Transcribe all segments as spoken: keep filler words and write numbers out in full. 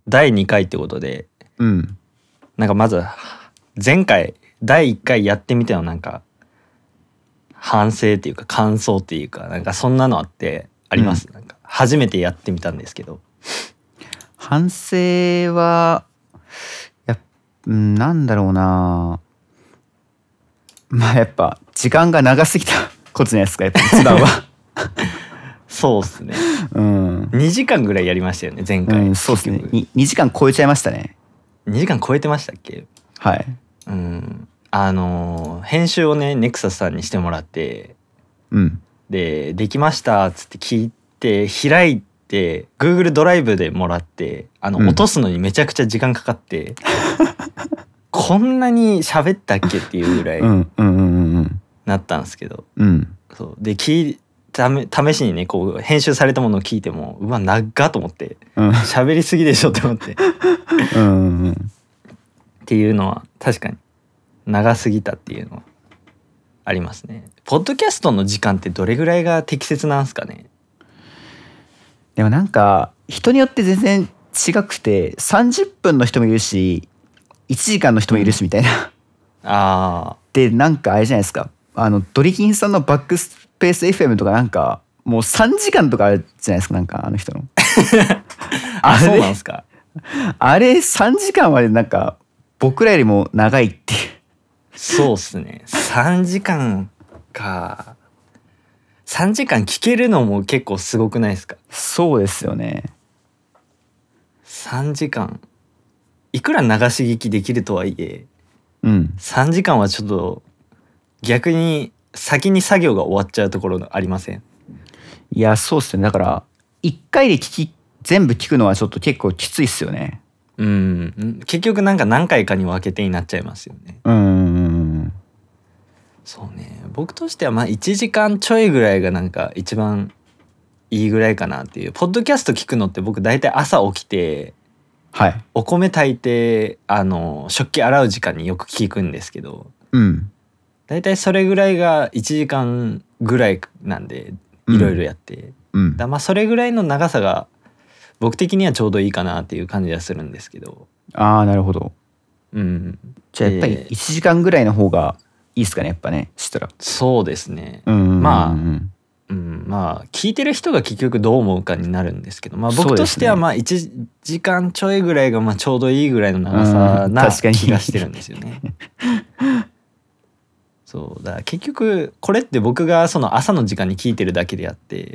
だいにかいってことで、 うん、 なんかまず前回だいいっかいやってみてのなんか反省っていうか感想っていうかなんかそんなのあってあります、うん、なんか初めてやってみたんですけど。 反省はや、うん、なんだろうな、まあやっぱ時間が長すぎたことじゃないですか、やっぱ一番はそうっすね、 うん、 にじかんぐらいやりましたよね前回、 うん、そうっすね、ににじかん超えちゃいましたね。 にじかん超えてましたっけ。 はい、 うん、あのー、編集をねネクサスさんにしてもらって、 うん、 でできましたっつって聞いて開いて Google ドライブでもらってあの、うん、落とすのにめちゃくちゃ時間かかってこんなに喋ったっけっていうぐらいなったんですけど、 うん、 そうで聞い試しにねこう編集されたものを聞いてもうわ長っと思って喋、うん、りすぎでしょって思ってうん、うん、っていうのは確かに長すぎたっていうのはありますね。ポッドキャストの時間ってどれぐらいが適切なんすかね。 でもなんか人によって全然違くてさんじゅっぷんの人もいるしいちじかんの人もいるしみたいな、うん、 あでなんかあれじゃないですか、あのドリキンさんのバックスペース エフエム とかなんかもうさんじかんとかあるじゃないですか、なんかあの人のあ, あそうなんすか。 あれさんじかんまでなんか僕らよりも長いっていう。 そうっすね、さんじかんか。さんじかん聞けるのも結構すごくないですか。 そうですよね。 さんじかんいくら流し聞きできるとはいえ、 うん、 さんじかんはちょっと逆に先に作業が終わっちゃうところありません？ いやそうっすよね。だからいっかいで聞き全部聞くのはちょっと結構きついっすよね。 うん、結局なんか何回かに分けてになっちゃいますよね。 うん、 そうね、僕としてはまあいちじかんちょいぐらいがなんか一番いいぐらいかなっていう。ポッドキャスト聞くのって僕大体朝起きて、 はい、 お米炊いてあの食器洗う時間によく聞くんですけど、 うん、 大体それぐらいがいちじかんぐらいなんでいろいろやって、うん、だまあそれぐらいの長さが僕的にはちょうどいいかなっていう感じはするんですけど。 ああなるほど。 うん、 じゃあやっぱりいちじかんぐらいの方がいいですかね、やっぱね、したら。 そうですね、 うん、 まあ、うん、まあ聞いてる人が結局どう思うかになるんですけど、まあ僕としてはまあいちじかんちょいぐらいがまあちょうどいいぐらいの長さな気がしてるんですよね。そうだから結局これって僕がその朝の時間に聞いてるだけであって、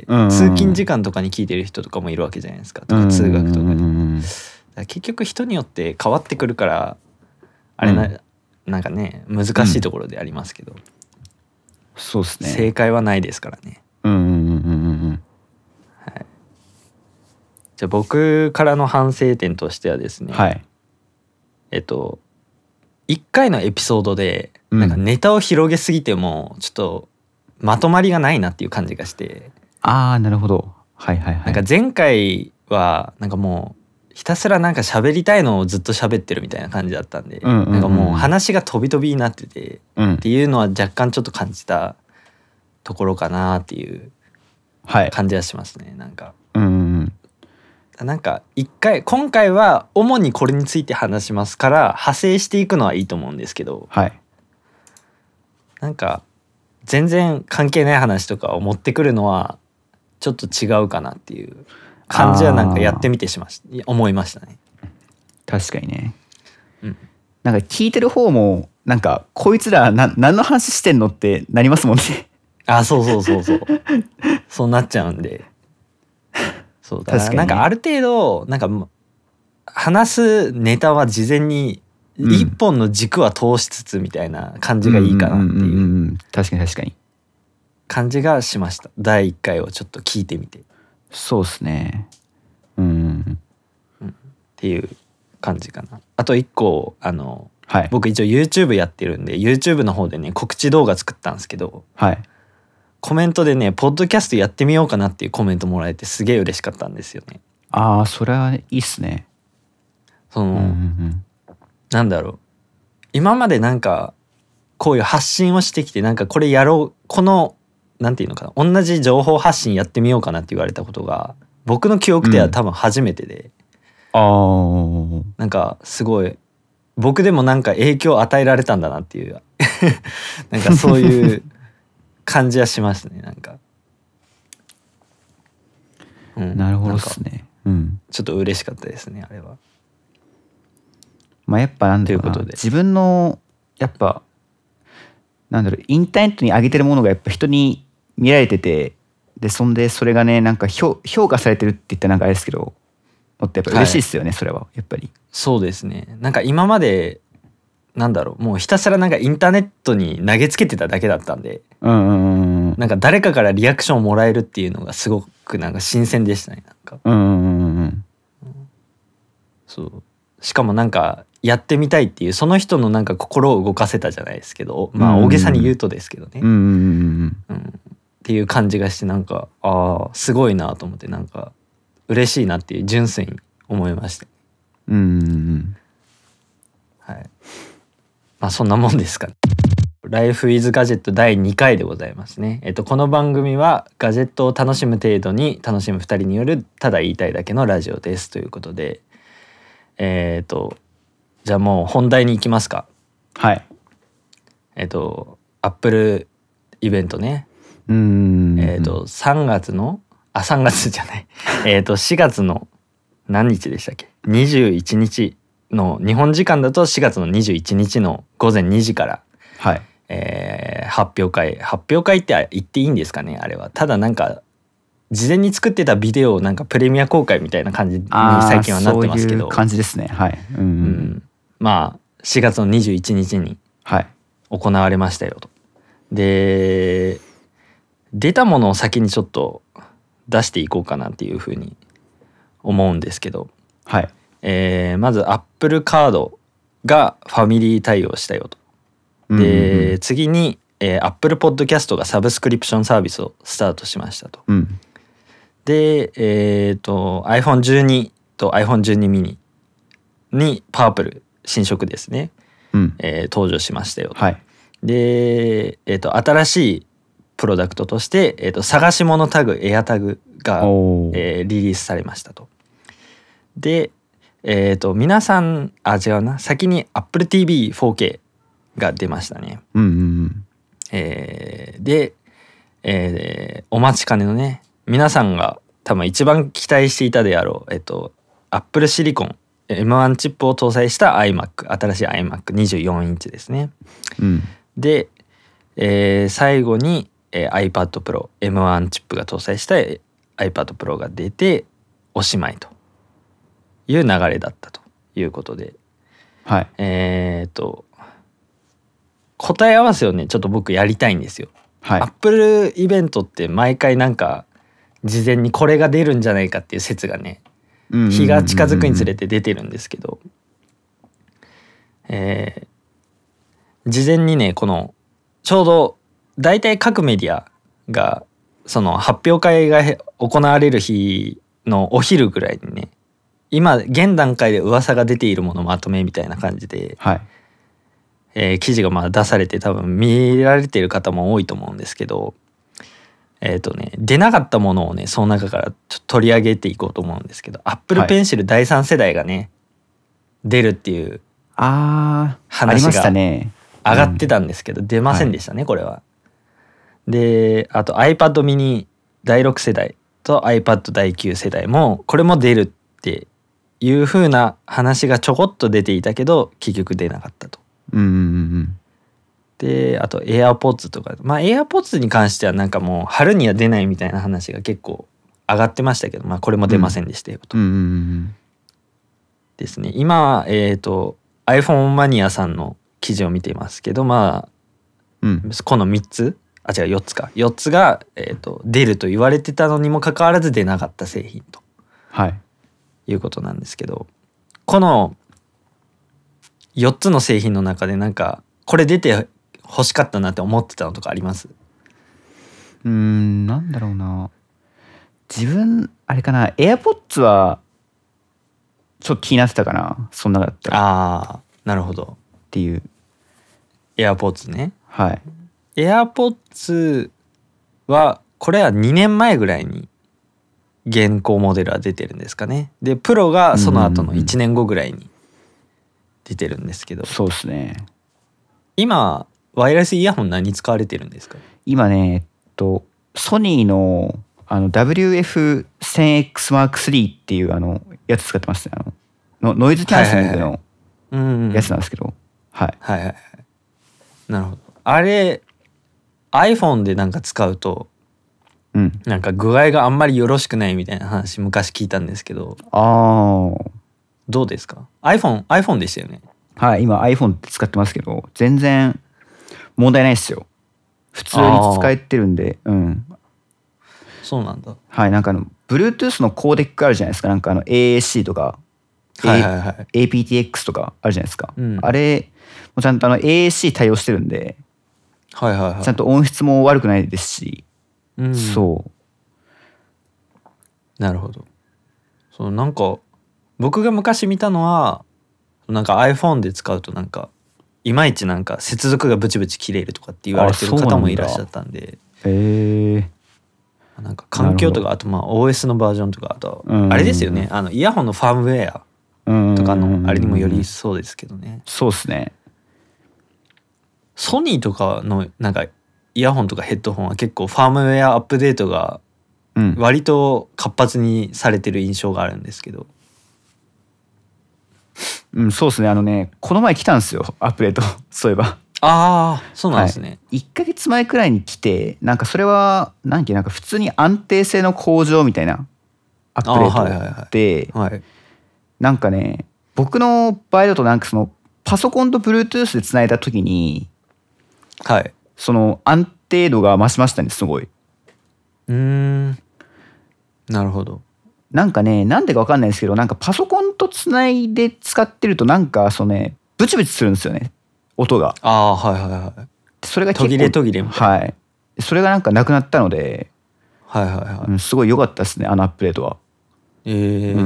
うんうん、通勤時間とかに聞いてる人とかもいるわけじゃないですか、とか通学とかで、うんうん、だから結局人によって変わってくるからあれな、うん、なんかね難しいところでありますけど、うん、 そうですね、 正解はないですからね。 うんうんうんうんうん、 はい、じゃあ僕からの反省点としてはですね、 はい、 えっといっかいのエピソードでなんかネタを広げすぎてもちょっとまとまりがないなっていう感じがして、 ああなるほど、はいはいはい。 なんか前回はなんかもうひたすらなんか喋りたいのをずっと喋ってるみたいな感じだったんで、うんうんうん、なんかもう話が飛び飛びになってて、うん、っていうのは若干ちょっと感じたところかなっていう感じはしますね、はい、なんか、うんうんうん、なんか一回今回は主にこれについて話しますから派生していくのはいいと思うんですけど、 はい、 なんか全然関係ない話とかを持ってくるのはちょっと違うかなっていう感じはなんかやってみてしまし思いましたね。 確かにね、うん、なんか聞いてる方もなんかこいつらな何の話してんのってなりますもんね。 あ、そうそうそうそうそうなっちゃうんで、そうだからなんかある程度なんか話すネタは事前に一本の軸は通しつつみたいな感じがいいかなっていう確かに確かに感じがしました。だいいっかいをちょっと聞いてみて。 そうですね、うん、 うん、っていう感じかな。あと一個あの、 はい、 僕一応 YouTube やってるんで YouTube の方でね告知動画作ったんですけど、 はい、 コメントでねポッドキャストやってみようかなっていうコメントもらえてすげえ嬉しかったんですよね。 ああそれはいいっすね。 その、うんうんうん、なんだろう、今までなんかこういう発信をしてきてなんかこれやろうこのなんていうのかな同じ情報発信やってみようかなって言われたことが僕の記憶では多分初めてで、 あーなんかすごい僕でもなんか影響を与えられたんだなっていうなんかそういう感じはしますねなんか、 うん、なるほどですね。うん、 ちょっと嬉しかったですねあれは。 まあやっぱなんだろうな、自分のやっぱなんだろうインターネットに上げてるものがやっぱ人に見られてて、でそんでそれがねなんか評評価されてるって言ったらなんかあれですけど、もっとやっぱ嬉しいですよね、はい、それはやっぱり。 そうですね。なんか今までなんだろうもうひたすらなんかインターネットに投げつけてただけだったんで、 うんうんうん、 なんか誰かからリアクションをもらえるっていうのがすごくなんか新鮮でしたねなんか。 うんうんうんうん、 そうしかもなんかやってみたいっていうその人のなんか心を動かせたじゃないですけど、まあ大げさに言うとですけどね、 うんうんうんうん、 っていう感じがしてなんかああすごいなと思ってなんか嬉しいなっていう純粋に思いました。 うんうんうん、 はい。まあそんなもんですかね。Life is Gadget だいにかいでございますね。えっとこの番組はガジェットを楽しむ程度に楽しむふたりによるただ言いたいだけのラジオですということで、えっとじゃあもう本題に行きますか。 はい。 えっと Apple イベントね。 うん。 えっとさんがつのあさんがつじゃないえっとしがつの何日でしたっけ？にじゅういちにちの日本時間だとしがつのにじゅういちにちのごぜんにじから、 はい、 えー、発表会発表会って言っていいんですかねあれは。ただなんか事前に作ってたビデオをなんかプレミア公開みたいな感じに最近はなってますけど、 そういう感じですね。はい、うんうんうん、 まあしがつのにじゅういちにちに行われましたよと。で出たものを先にちょっと出していこうかなっていうふうに思うんですけど、 はい、 えー、まず Apple カードがファミリー対応したよと。で、うんうんうん、次に、えー、Apple Podcast がサブスクリプションサービスをスタートしましたと。 うん、 で、えー、と アイフォンじゅうに と アイフォンじゅうに mini にパープル新色ですね、 うんえー、登場しましたよと。 はい、 で、えー、と新しいプロダクトとして、えー、と探し物タグエアタグが、えー、リリースされましたと。で、えー、と皆さんあ違うな先に Apple ティーブイフォーケー が出ましたね。 うんうんうんえー、で、えー、お待ちかねのね皆さんが多分一番期待していたであろう、えっと、Apple シリコン エムワン チップを搭載した iMac 新しい アイマックにじゅうよん インチですね、 うん、 で、えー、最後に、えー、iPad Pro エムワン チップが搭載した iPad Pro が出ておしまいという流れだったということで、 はい、 えっと答え合わせをねちょっと僕やりたいんですよ。 はい、 アップルイベントって毎回なんか事前にこれが出るんじゃないかっていう説がね日が近づくにつれて出てるんですけど、えー、事前にねこのちょうど大体各メディアがその発表会が行われる日のお昼ぐらいにね今現段階で噂が出ているものまとめみたいな感じで、 はい、 えー、記事がまあ出されて多分見られている方も多いと思うんですけど、えっとね出なかったものをねその中からちょっと取り上げていこうと思うんですけど、 Apple Pencil だいさん世代がね出るっていう話が上がってたんですけど出ませんでしたねこれは。であと iPad mini だいろく世代と iPad だいきゅう世代もこれも出るっていう風な話がちょこっと出ていたけど結局出なかったと。 うんうんうん、 であと AirPods とかまあ AirPods に関してはなんかもう春には出ないみたいな話が結構上がってましたけど、まあこれも出ませんでしたよと、 うんうんうん、 ですね。今えっと iPhone マニアさんの記事を見ていますけどまあ、うん、このみっつあ違うよっつかよっつが、えー、と出ると言われてたのにもかかわらず出なかった製品と、 はい、 いうことなんですけど、このよっつの製品の中でなんかこれ出て欲しかったなって思ってたのとかあります？ うーんなんだろうな自分あれかな AirPods はちょっと気になってたかなそんなだったら。 ああなるほどっていう AirPods ね。 はい。 AirPods はこれはにねんまえぐらいに現行モデルは出てるんですかね。でプロがその後のいちねんごぐらいに出てるんですけど、うんうんうん、 そうですね。 今ワイヤレスイヤホン何使われてるんですか？ 今ねえっとソニーのあの ダブリューエフせんエックスマークスリー っていうあのやつ使ってますね。あのノイズキャンセリングのやつなんですけど、はい、 はいはいはい。なるほど。あれ iPhone でなんか使うと、うん、なんか具合があんまりよろしくないみたいな話昔聞いたんですけど、 ああどうですか？ iPhone iPhone でしたよね。 はい、今 iPhone って使ってますけど全然問題ないですよ。普通に使えてるんで、うん。 そうなんだ。 はい、なんかあの Bluetooth のコーデックあるじゃないですか。なんかあの エーエーシー とか、 はいはいはい、 エーピーティーエックス とかあるじゃないですか。 うん、 あれもちゃんとあの エーエーシー 対応してるんで、 はいはいはい、 ちゃんと音質も悪くないですし、うん、そう。 なるほど。そうなんか僕が昔見たのはなんか iPhone で使うとなんかいまいちなんか接続がブチブチ切れるとかって言われてる方もいらっしゃったんで、 へえ。 なんか環境とかあとまあ オーエス のバージョンとかあとあれですよね、あのイヤホンのファームウェアとかのあれにもよりそうですけどね。 そうですね。 ソニーとかのなんかイヤホンとかヘッドホンは結構ファームウェアアップデートが割と活発にされてる印象があるんですけど、 うん、そうですね。あのね、この前来たんですよ、アップデート。そういえば。 ああ、そうなんですね。はい、 いっかげつまえくらいに来て、なんかそれは何てなんか普通に安定性の向上みたいなアップデートで、はいはいはい、なんかね、僕の場合だとなんかそのパソコンと Bluetooth でつないだ時に、 はい、 その安定度が増しましたね、すごい。 うーん、なるほど。 なんかね、なんでか分かんないですけど、なんかパソコンとつないで使ってるとなんかそのね、ブチブチするんですよね、音が。 ああ、はいはいはい。 それが結構途切れ途切れみたいな。 はい。それがなんかなくなったので、 はいはいはい。 うん、すごい良かったですね、あのアップデートは。 えー、うん。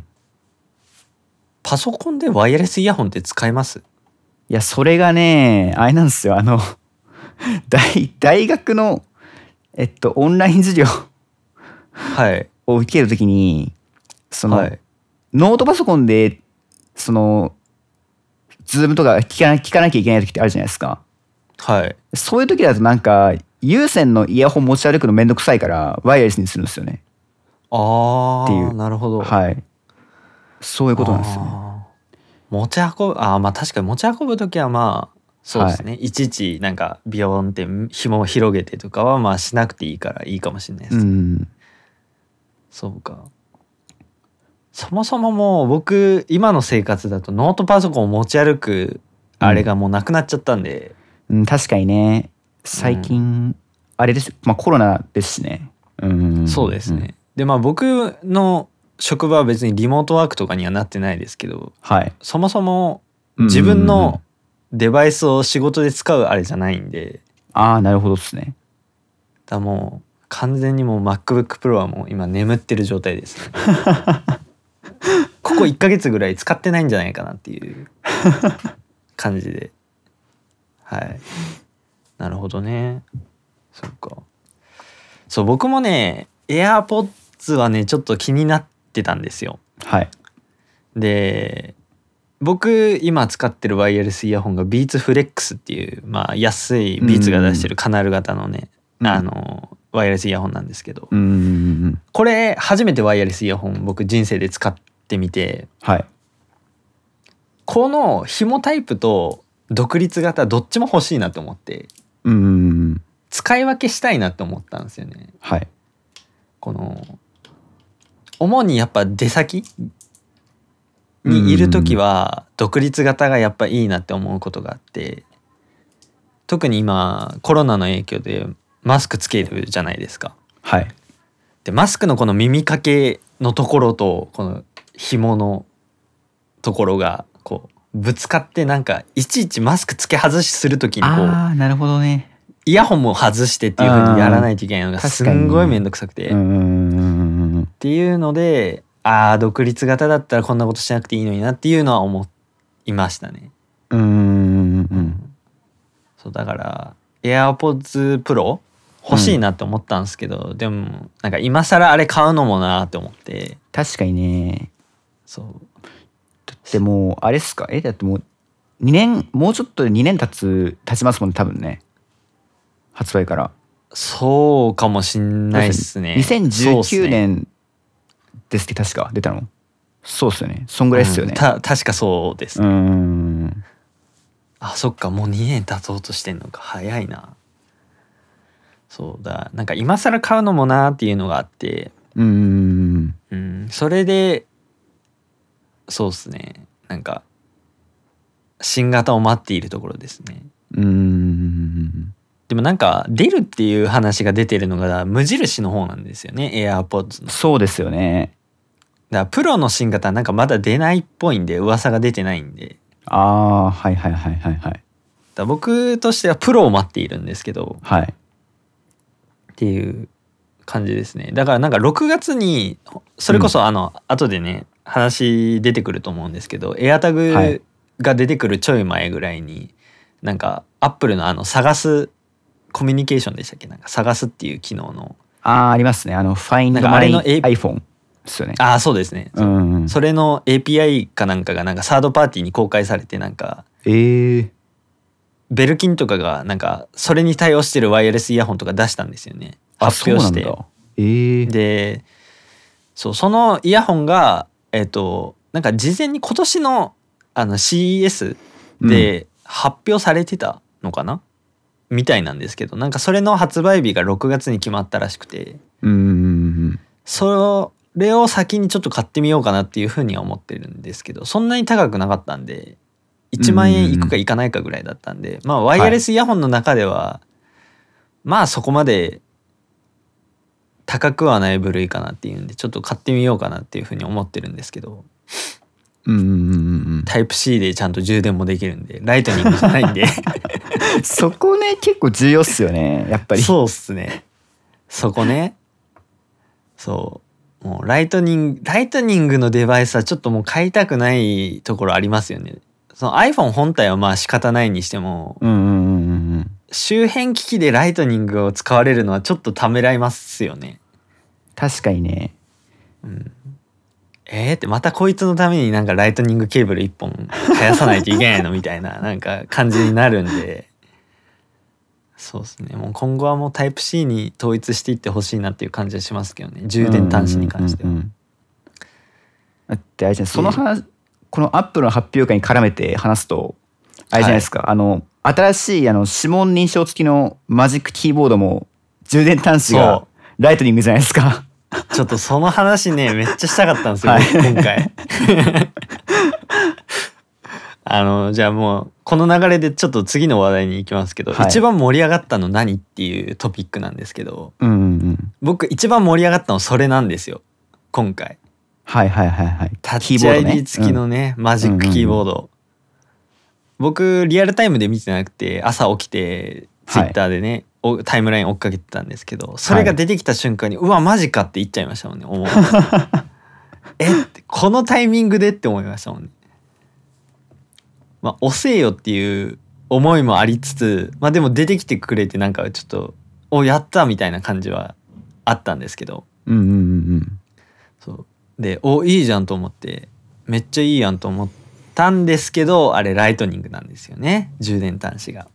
パソコンでワイヤレスイヤホンって使えます？ いや、それがね、あれなんですよ、あの大大学のえっとオンライン授業はいを受けるときに、その、はい、ノートパソコンでそのズームとか聞かな、聞かなきゃいけない時ってあるじゃないですか。 はい。 そういう時だとなんか有線のイヤホン持ち歩くのめんどくさいからワイヤレスにするんですよね。 ああ、 っていう。 なるほど。 はい。そういうことなんですよね。 持ち運ぶ、ああまあ確かに持ち運ぶ時はまあそうですね、はい、いちいちなんかビヨーンって紐を広げてとかはまあしなくていいからいいかもしれないです、ね、うん、そうか。そもそももう僕今の生活だとノートパソコンを持ち歩くあれがもうなくなっちゃったんで、 うん、うん、確かにね最近、うん、あれです、まあコロナですしね、 うん、そうですね、うん、でまあ僕の職場は別にリモートワークとかにはなってないですけど、はい、そもそも自分のデバイスを仕事で使うあれじゃないんで、 ああなるほどですね。 だもう完全にもう MacBook Pro はもう今眠ってる状態ですねここいっかげつぐらい使ってないんじゃないかなっていう感じではいなるほどね。そっか。そう僕もね AirPods はねちょっと気になってたんですよ。はい。で僕今使ってるワイヤレスイヤホンが Beats Flex っていう、まあ、安い Beats が出してるカナル型のね、うん、あのワイヤレスイヤホンなんですけど、うん、これ初めてワイヤレスイヤホン僕人生で使ってみて、はい、この紐タイプと独立型どっちも欲しいなと思って、うん、使い分けしたいなと思ったんですよね。はい、この主にやっぱ出先にいる時は独立型がやっぱいいなって思うことがあって、特に今コロナの影響でマスクつけるじゃないですか。はい。でマスクのこの耳掛けのところとこの紐のところがこうぶつかってなんかいちいちマスク付け外しする時にこうあーなるほどねイヤホンも外してっていう風にやらないといけないのがすんごいめんどくさくて、っていうのでああ独立型だったらこんなことしなくていいのになっていうのは思いましたね。うんうんうん。そうだから AirPods Pro 欲しいなって思ったんですけど、うん、でもなんか今更あれ買うのもなって思って。 確かにね。 そうだってもうあれっすか、えだってもうにねん、もうちょっとでにねん経つ経ちますもんね多分ね、発売から。 そうかもしんないっすね。 にせんじゅうきゅうねんですって確か出たの。そうっすよね、そんぐらいっすよね、 うん、た確かそうです、 ね、うーん。 あ、そっか、もうにねん経とうとしてんのか、早いな。そうだ、なんか今更買うのもなーっていうのがあって、 うん、 うん、それでそうっすね、なんか新型を待っているところですね。 うん。 でもなんか出るっていう話が出てるのが無印の方なんですよね、AirPods の。 そうですよね。 だからプロの新型はなんかまだ出ないっぽいんで、噂が出てないんで。 ああ、はいはいはいはいはい。 だ僕としてはプロを待っているんですけど、 はい、 っていう感じですね。だからなんかろくがつにそれこそあの、うん、後でね話出てくると思うんですけど、エアタグが出てくるちょい前ぐらいになんかアップルのあの探すコミュニケーションでしたっけ、なんか探すっていう機能の、 ああありますね、あの Find My iPhone ですよね。 ああそうですね、 うんうん、 それの エーピーアイ かなんかがなんかサードパーティーに公開されて、なんかえー、 ベルキンとかがなんかそれに対応してるワイヤレスイヤホンとか出したんですよね、発表して。 えー、 でそうそのイヤホンがえっとなんか事前に今年のあの シーイーエス で発表されてたのかな、うん、みたいなんですけど、なんかそれの発売日がろくがつに決まったらしくて、 うん、 それを先にちょっと買ってみようかなっていうふうには思ってるんですけど、そんなに高くなかったんでいちまんえんいくかいかないかぐらいだったんで、まあワイヤレスイヤホンの中では、はい、まあそこまで高くはない部類かなっていうんで、ちょっと買ってみようかなっていうふうに思ってるんですけど、 うんうんうんうん、 タイプ C でちゃんと充電もできるんで、ライトニングじゃないんでそこね結構重要っすよね、やっぱり。 そうっすね、そこね。そうもうライトニングライトニングのデバイスはちょっともう買いたくないところありますよね。その iPhone 本体はまあ仕方ないにしても、 うんうんうんうん、 周辺機器でライトニングを使われるのはちょっとためらいますよね。 確かにね、 うん、えーってまたこいつのためになんかライトニングケーブルいっぽん生やさないといけないのみたいななんか感じになるんで、そうですね、もう今後はもうタイプ C に統一していってほしいなっていう感じはしますけどね、充電端子に関しては。 だってあれじゃん、その話、このアップルの発表会に絡めて話すとあれじゃないですか、はい、あの新しいあの指紋認証付きのマジックキーボードも充電端子がライトニングじゃないですか。 ちょっとその話ねめっちゃしたかったんですよ、はい、今回あのじゃあもうこの流れでちょっと次の話題に行きますけど、はい、一番盛り上がったの何っていうトピックなんですけど、 うんうんうん、 僕一番盛り上がったのそれなんですよ今回。 はいはいはいはい、 タッチ アイディー 付きのね、うん、マジックキーボード、うんうんうん、僕リアルタイムで見てなくて朝起きてツイッターでね、はい、タイムライン追っかけてたんですけど、それが出てきた瞬間に、はい、うわマジかって言っちゃいましたもんね、思うえってこのタイミングでって思いましたもんね。まあ遅えよっていう思いもありつつ、まあでも出てきてくれてなんかちょっとおやったみたいな感じはあったんですけど、 うんうんうんうん、 そうでおいいじゃんと思ってめっちゃいいやんと思ったんですけど、あれライトニングなんですよね、充電端子が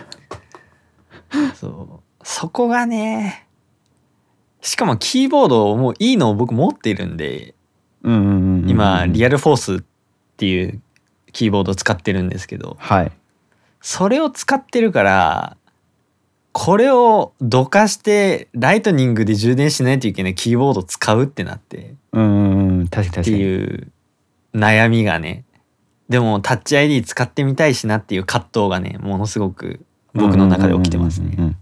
そうそこがね、しかもキーボードもういいのを僕持っているんで、 うんうんうんうん、 今リアルフォースっていうキーボードを使ってるんですけど、 はい、 それを使ってるからこれをどかしてライトニングで充電しないといけないキーボード使うってなって、 うん確かに確かにっていう悩みがね、でもタッチ アイディー 使ってみたいしなっていう葛藤がねものすごく僕の中で起きてますね。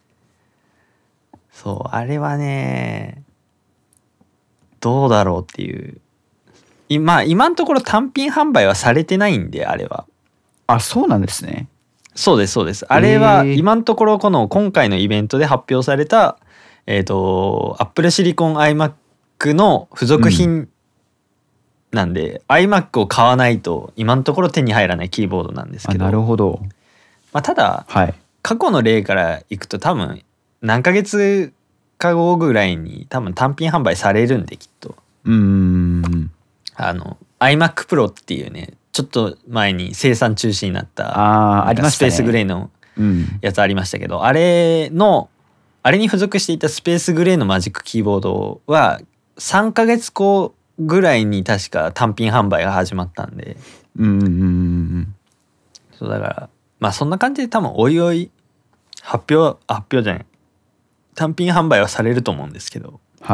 そうあれはねどうだろうっていう、今今のところ単品販売はされてないんで、あれは。 あ、そうなんですね。 そうですそうです。あれは今のところこの今回のイベントで発表されたえっと Apple Silicon iMac の付属品なんで、うん、iMac を買わないと今のところ手に入らないキーボードなんですけど。 あ、なるほど。 まあ、ただ、 はい、 過去の例からいくと多分何ヶ月か後ぐらいに多分単品販売されるんできっと。 うーん。 あの iMac Pro っていうねちょっと前に生産中止になったあーありましたね。 スペースグレーのうん。 やつありましたけど、あれのあれに付属していたスペースグレーのマジックキーボードはさんかげつごぐらいに確か単品販売が始まったんで、 うんうんうんうん。 そうだからまあそんな感じで多分おいおい発表発表じゃない単品販売はされると思うんですけど、 はい。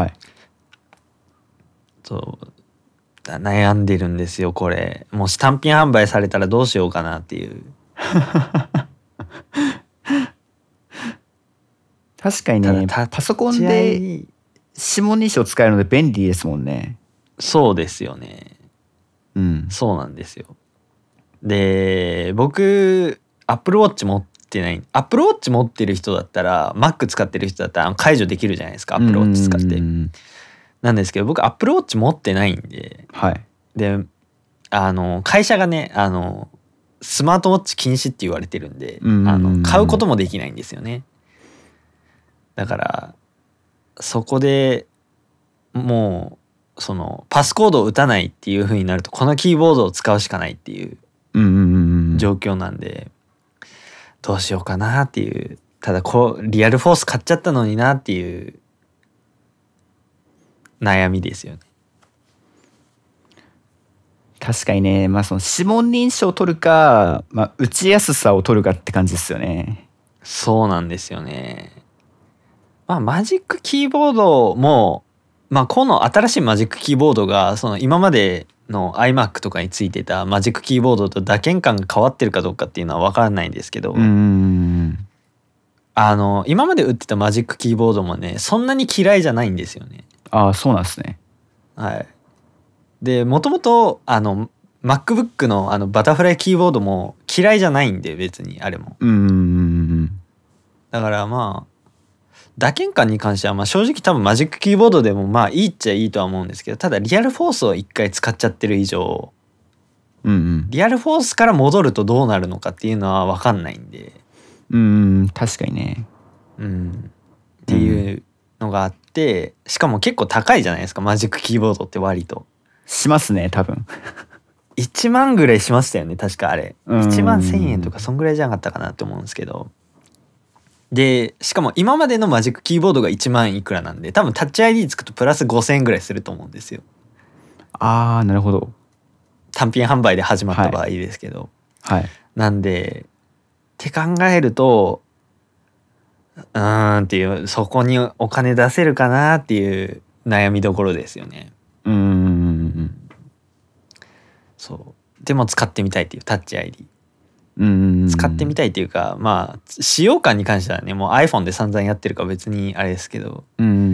そう悩んでるんですよこれ。もし単品販売されたらどうしようかなっていう。 確かにね、 ただパソコンで指紋認証使えるので便利ですもんね。 そうですよね。 うん。 そうなんですよ。で僕 Apple Watch 持ってない Apple Watch 持ってる人だったら Mac 使ってる人だったら解除できるじゃないですか Apple Watch 使って。なんですけど僕 Apple Watch 持ってないんで、 はい、 であの会社がねあのスマートウォッチ禁止って言われてるんで、あの買うこともできないんですよね。だからそこでもうそのパスコードを打たないっていう風になるとこのキーボードを使うしかないっていう状況なんで、どうしようかなっていう。ただこうリアルフォース買っちゃったのになっていう悩みですよね。 確かにね、まあその指紋認証を取るか、まあ、打ちやすさを取るかって感じですよね。 そうなんですよね。まあマジックキーボードもまあこの新しいマジックキーボードがその今までの iMac とかについてたマジックキーボードと打鍵感が変わってるかどうかっていうのは分からないんですけど、 うーん、 あの今まで売ってたマジックキーボードもねそんなに嫌いじゃないんですよね。 ああそうなんですね。 はい。でもともとあの MacBook のあのバタフライキーボードも嫌いじゃないんで別にあれも。 うんうんうん。 だからまあ打鍵感に関してはまあ正直多分マジックキーボードでもまあいいっちゃいいとは思うんですけど、ただリアルフォースを一回使っちゃってる以上、 うんうん、 リアルフォースから戻るとどうなるのかっていうのは分かんないんで、 うん確かにね、 うんっていうのがあって、しかも結構高いじゃないですかマジックキーボードって割と。 しますね多分。 いちまんぐらいしましたよね確かあれ。いちまんせんえんとかそんぐらいじゃなかったかなって思うんですけど。でしかも今までのマジックキーボードがいちまんいくらなんで多分タッチ アイディー つくとプラスごせんえんぐらいすると思うんですよ。 ああなるほど。 単品販売で始まった場合ですけど、 はい、はい、 なんでって考えるとうーんっていうそこにお金出せるかなっていう悩みどころですよね。 うんうんうんうんそうでも使ってみたいっていうタッチ アイディー、 うんうん、 使ってみたいっていうかまあ使用感に関してはねもう iPhone で散々やってるから別にあれですけど、 うんうんうん、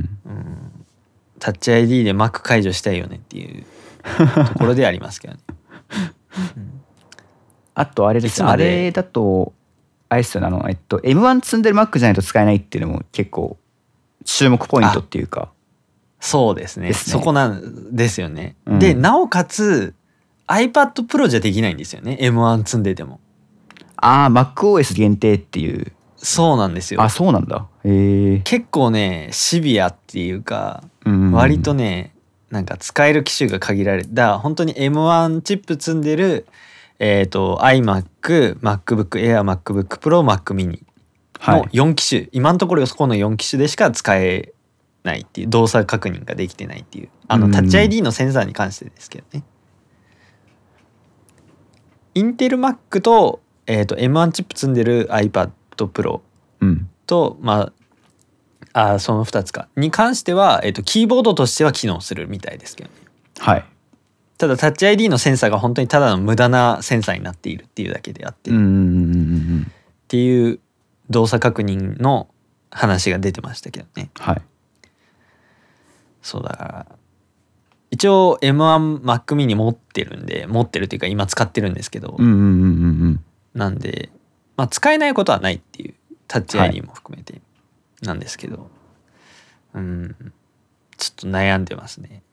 タッチ アイディー で Mac 解除したいよねっていうところでありますけどね。うん、 あとあれですあれだとあれですよねあの、えっと、エムワン 積んでる Mac じゃないと使えないっていうのも結構注目ポイントっていうか。 そうです ね, ですねそこなんですよね。うん、でなおかつ iPad Pro じゃできないんですよね エムワン 積んでても。 ああ MacOS 限定っていう。 そうなんですよ。 あそうなんだ。へえ。 結構ねシビアっていうか、うんうん、割とねなんか使える機種が限られた。だから本当に エムワン チップ積んでるえーと iMac、MacBook Air、MacBook Pro、Mac mini のよん機種、はい、今のところそこのよん機種でしか使えないっていう動作確認ができてないっていうあのタッチ アイディー のセンサーに関してですけどね。インテル Mac と,、えー、と エムワン チップ積んでる iPad Pro と、うん、まああそのふたつかに関しては、えー、とキーボードとしては機能するみたいですけどね。 はい。 ただタッチ アイディー のセンサーが本当にただの無駄なセンサーになっているっていうだけであって、 うんうんうん、 っていう動作確認の話が出てましたけどね。 はい。 そうだから一応 エムワン Mac mini 持ってるんで持ってるっていうか今使ってるんですけど、 うんうんうんうん、 なんで、まあ、使えないことはないっていうタッチ アイディー も含めてなんですけど、はい、うんちょっと悩んでますね。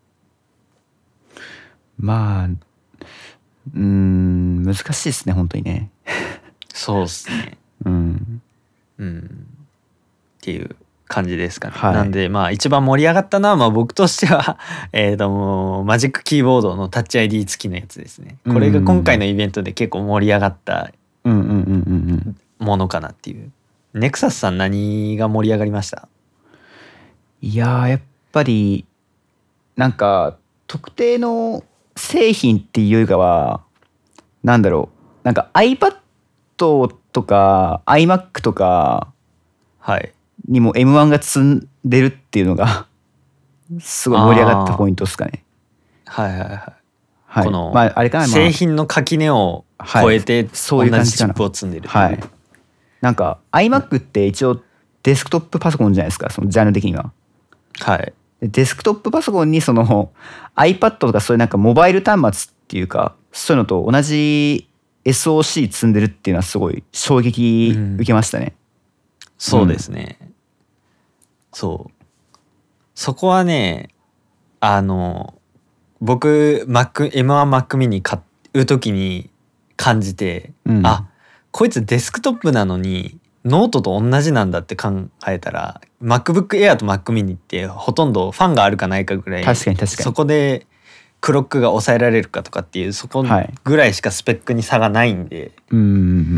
まあうーん難しいですね本当にね。 そうですね。 うん、 うん、 っていう感じですかね、 はい、 なんでまあ一番盛り上がったのはまあ僕としてはえともうマジックキーボードのタッチ アイディー 付きのやつですね。これが今回のイベントで結構盛り上がったものかなっていう。ネクサスさん何が盛り上がりました？ いややっぱりなんか特定の製品っていうよりかはなんだろう、なんか iPad とか iMac とかにも エムワン が積んでるっていうのがすごい盛り上がったポイントですかね。 はいはいはい。 はい、 この、 まあ、あれかな、まあ、 製品の垣根を超えて同じチップを積んでるっていう。 はい、なんか iMac って一応デスクトップパソコンじゃないですか、そのジャンル的には。 はい。 デスクトップパソコンにその iPad とかそういうなんかモバイル端末っていうかそういうのと同じ エスオーシー 積んでるっていうのはすごい衝撃受けましたね。うん、 そうですね、うん、そうそこはね、あの僕 Mac エムワン Mac mini 買う時に感じて、うん、あこいつデスクトップなのにノートと同じなんだって考えたら MacBook Air と Mac mini ってほとんどファンがあるかないかぐらい、 確かに確かにそこでクロックが抑えられるかとかっていうそこぐらいしかスペックに差がないんで、はい、 うん、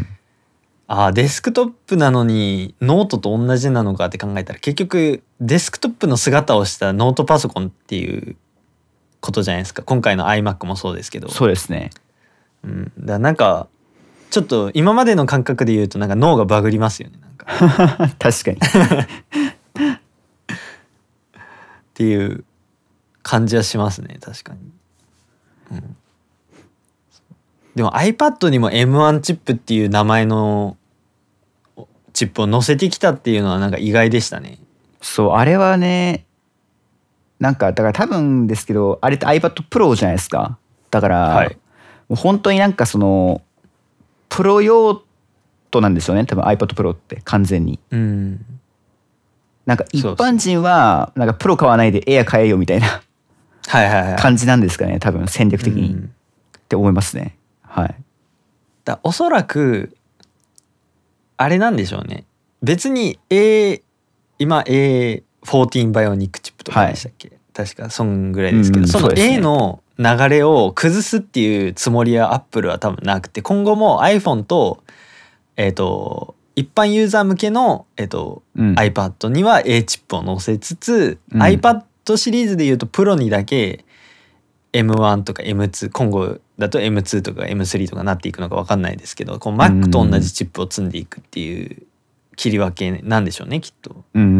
あデスクトップなのにノートと同じなのかって考えたら結局デスクトップの姿をしたノートパソコンっていうことじゃないですか。今回の iMac もそうですけど。 そうですね、 うん、だからなんかちょっと今までの感覚で言うとなんか脳がバグりますよねなんか確かにっていう感じはしますね確かに、うん、でも iPad にも エムワン チップっていう名前のチップを載せてきたっていうのはなんか意外でしたね。 そうあれはね、なんかだから多分ですけどあれって iPad Pro じゃないですか。だから、はい、もう本当になんかそのプロ用途なんですよね多分 iPad Pro って完全に、うん、なんか一般人はなんかプロ買わないでエア買えよみたいな感じなんですかね多分戦略的に、うん、って思いますね。はい。 だおそらくあれなんでしょうね。別に A 今 エーフォーティーン バイオニックチップとかでしたっけ、はい、確かそんぐらいですけど、うん、その A の流れを崩すっていうつもりは Apple は多分なくて、今後も iPhone とえっと一般ユーザー向けの、えーとうん、iPad には A チップを載せつつ、うん、iPad シリーズでいうとプロにだけ エムワン とか エムツー 今後だと エムツー とか エムスリー とかなっていくのか分かんないですけど、こう Mac と同じチップを積んでいくっていう切り分けなんでしょうねきっと。うんうん、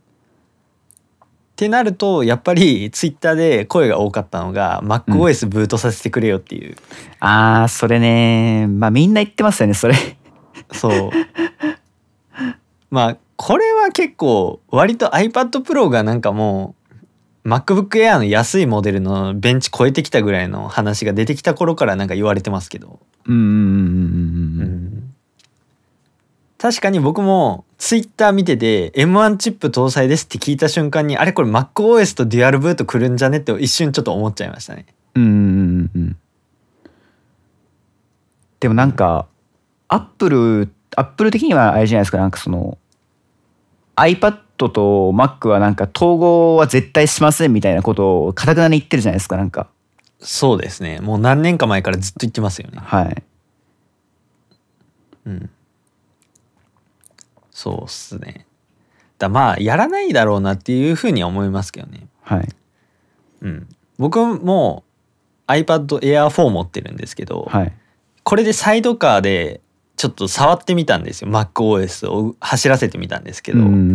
ってなるとやっぱり Twitter で声が多かったのが MacOS ブートさせてくれよっていう、うん、 あーそれね、まあみんな言ってますよねそれそうまあこれは結構割と iPad Pro がなんかもう MacBook Air の安いモデルのベンチ超えてきたぐらいの話が出てきた頃からなんか言われてますけど、うんうんうんうんうん、確かに僕も Twitter 見てて エムワン チップ搭載ですって聞いた瞬間にあれこれ MacOS とデュアルブート来るんじゃねって一瞬ちょっと思っちゃいましたね。うんうんうん。 でもなんか Apple Apple 的にはあれじゃないですか、なんかその iPad と Mac はなんか統合は絶対しませんみたいなことを堅くなに言ってるじゃないですか。なんかそうですね、もう何年か前からずっと言ってますよね。 はい。 うん。そうっすね。だまあやらないだろうなっていうふうには思いますけどね。 はい。 うん。僕も iPad Air フォー持ってるんですけど、 はい、 これでサイドカーでちょっと触ってみたんですよ。MacOS を走らせてみたんですけど、うんうんうん、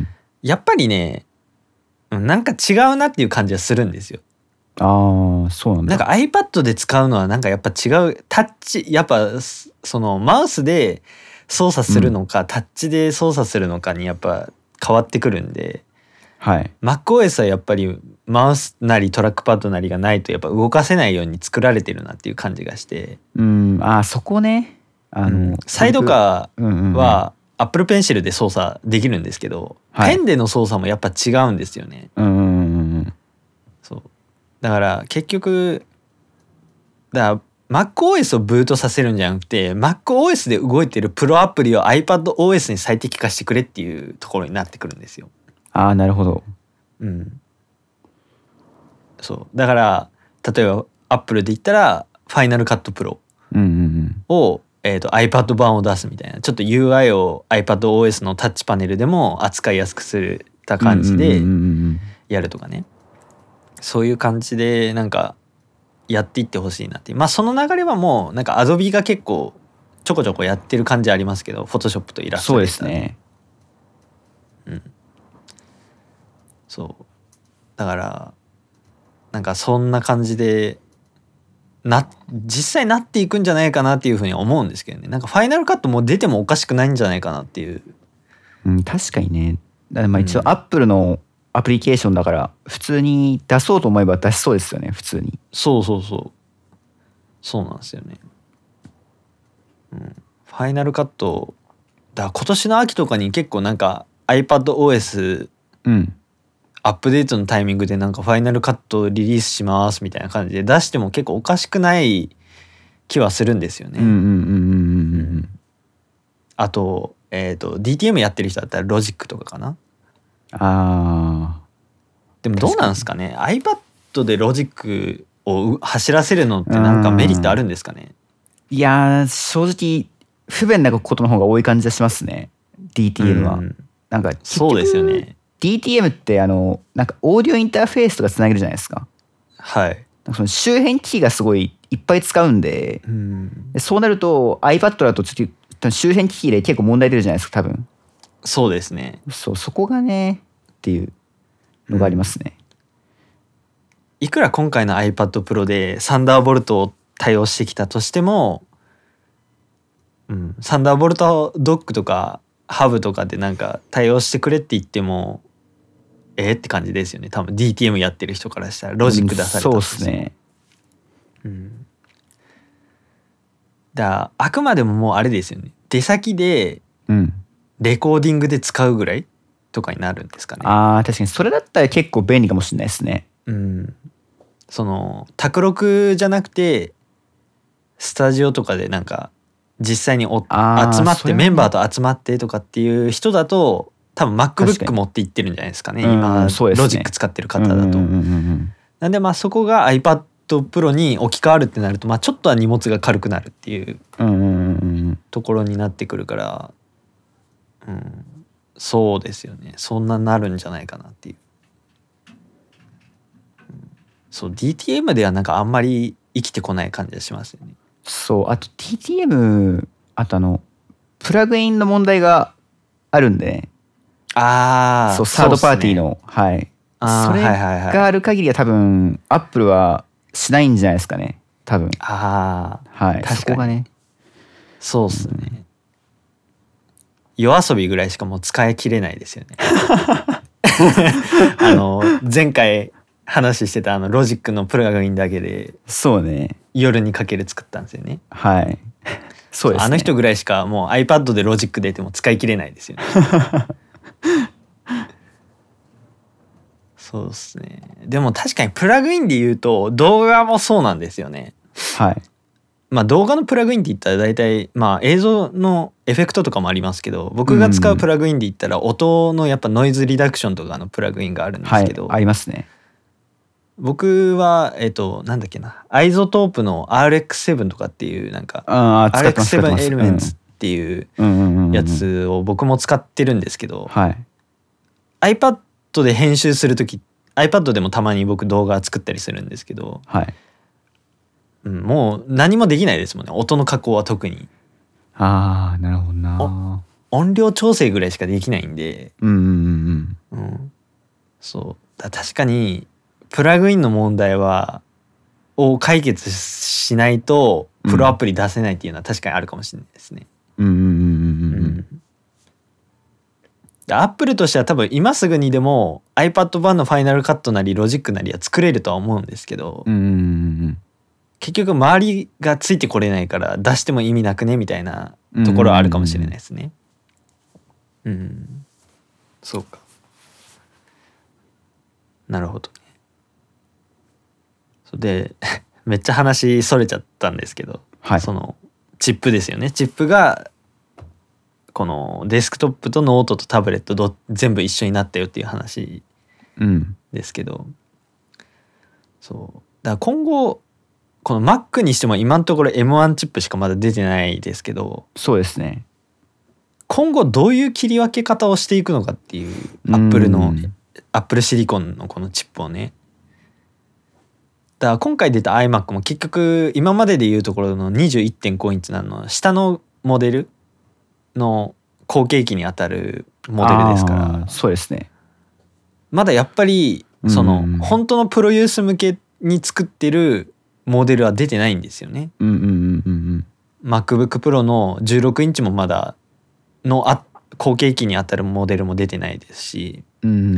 やっぱりね、なんか違うなっていう感じはするんですよ。 ああ、そうなんだ。 なんか iPad で使うのはなんかやっぱ違う、タッチやっぱそのマウスで操作するのか、うん、タッチで操作するのかにやっぱ変わってくるんで、 はい、 MacOS はやっぱりマウスなりトラックパッドなりがないとやっぱ動かせないように作られてるなっていう感じがして、 うん、あそこね、あの、うん、 サイドカーは Apple Pencil で操作できるんですけど、はい、ペンでの操作もやっぱ違うんですよね。 うんうんうん、 そうだから結局だから MacOS をブートさせるんじゃなくて MacOS で動いてるプロアプリを iPadOS に最適化してくれっていうところになってくるんですよ。 ああなるほど。 うん。そうだから例えば Apple で言ったら Final Cut Pro を、 うんうんうんえー、と iPad 版を出すみたいなちょっと ユーアイ を iPadOS のタッチパネルでも扱いやすくすた感じでやるとかね、そういう感じでなんかやっていってほしいなっていう。まあその流れはもうなんか Adobe が結構ちょこちょこやってる感じありますけど Photoshop とイラストレーターそうですね。 うんそうだからなんかそんな感じでな実際なっていくんじゃないかなっていうふうに思うんですけどね。なんかファイナルカットも出てもおかしくないんじゃないかなっていう。 うん、確かにね。だからまあ一応アップルのアプリケーションだから普通に出そうと思えば出しそうですよね普通に。 そうそうそうそうなんですよね。うん、ファイナルカットだから今年の秋とかに結構なんか iPadOS うんアップデートのタイミングでなんかファイナルカットリリースしますみたいな感じで出しても結構おかしくない気はするんですよね。 うんうんうんうんうんうんあとえっ、ー、と ディーティーエム やってる人だったらロジックとかかな。 あでもどうなんですかね iPad でロジックを走らせるのってなんかメリットあるんですかね。 いや正直不便なことの方が多い感じがしますね ディーティーエム は、うん、なんかそうですよね。 ディーティーエム ってあのなんかオーディオインターフェースとかつなげるじゃないですか。 はい。 なんかその周辺機器がすごいいっぱい使うんで、うん、そうなると iPad だとちょっと周辺機器で結構問題出るじゃないですか多分。 そうですね。 そうそこがねっていうのがありますね、 うん、いくら今回の iPad Pro でサンダーボルトを対応してきたとしても、うん、サンダーボルトドックとかハブとかでなんか対応してくれって言ってもえー、って感じですよね多分 ディーティーエム やってる人からしたらロジック出されたとして、 うん、そうですね。 うん、だからあくまでももうあれですよね出先でレコーディングで使うぐらいとかになるんですかね、 うん、あー確かにそれだったら結構便利かもしれないですね。 うんその卓録じゃなくてスタジオとかでなんか実際にお集まって、ね、メンバーと集まってとかっていう人だと多分 MacBook 持って行ってるんじゃないですかね今、ね、ロジック使ってる方だと、うんうんうんうん、なんでまあそこが iPad Pro に置き換わるってなると、まあ、ちょっとは荷物が軽くなるっていうところになってくるから、うん、そうですよねそんななるんじゃないかなっていう。そう ディーティーエム ではなんかあんまり生きてこない感じがしますよね。 そうあと ディーティーエム あとあのプラグインの問題があるんで、ね、 ああそうサードパーティーの、ね、はいそれがある限りは多分アップルはしないんじゃないですかね多分。 ああはい確かにそこがねそうっすね、うん、夜遊びぐらいしかもう使い切れないですよねあの前回話してたあのロジックのプラグインだけでそうね夜にかける作ったんですよね。 はいそうですね。 あの人ぐらいしかもう iPad でロジック出ても使い切れないですよねそうですね。でも確かにプラグインで言うと動画もそうなんですよね。 はいまあ動画のプラグインって言ったら大体まあ映像のエフェクトとかもありますけど僕が使うプラグインで言ったら音のやっぱノイズリダクションとかのプラグインがあるんですけど、 はい、ありますね。 僕はえっとなんだっけなアイゾトープの アールエックスセブン とかっていうなんか アールエックスセブン エレメンツっていうやつを僕も使ってるんですけど、 はい、 iPad で編集するとき iPad でもたまに僕動画作ったりするんですけど、 はいうん、もう何もできないですもんね音の加工は特に。 あーなるほどな。 音量調整ぐらいしかできないんで、 うんうんうんうん、そうだ確かにプラグインの問題はを解決しないとプロアプリ出せないっていうのは確かにあるかもしれないですね。 うんうんうんうんうん。 アップルとしては多分今すぐにでも iPad 版のファイナルカットなりロジックなりは作れるとは思うんですけど、 うんうんうん、 結局周りがついてこれないから出しても意味なくねみたいなところはあるかもしれないですね。うん、うん、そうか。なるほどね。でめっちゃ話それちゃったんですけど、 はい、 そのチップですよね。チップがこのデスクトップとノートとタブレットど全部一緒になったよっていう話ですけど、うん、そうだから今後この Mac にしても今のところ エムワン チップしかまだ出てないですけど、 そうですね。 今後どういう切り分け方をしていくのかっていう、アップルのアップルシリコンのこのチップをね。だから今回出た iMac も結局今まででいうところの にじゅういってんご インチなの下のモデルの後継機にあたるモデルですから、 そうですね。 まだやっぱりその本当のプロユース向けに作ってるモデルは出てないんですよね。 うんうんうんうん MacBook Pro のじゅうろくインチもまだのあ後継機にあたるモデルも出てないですし、 うんうんうん、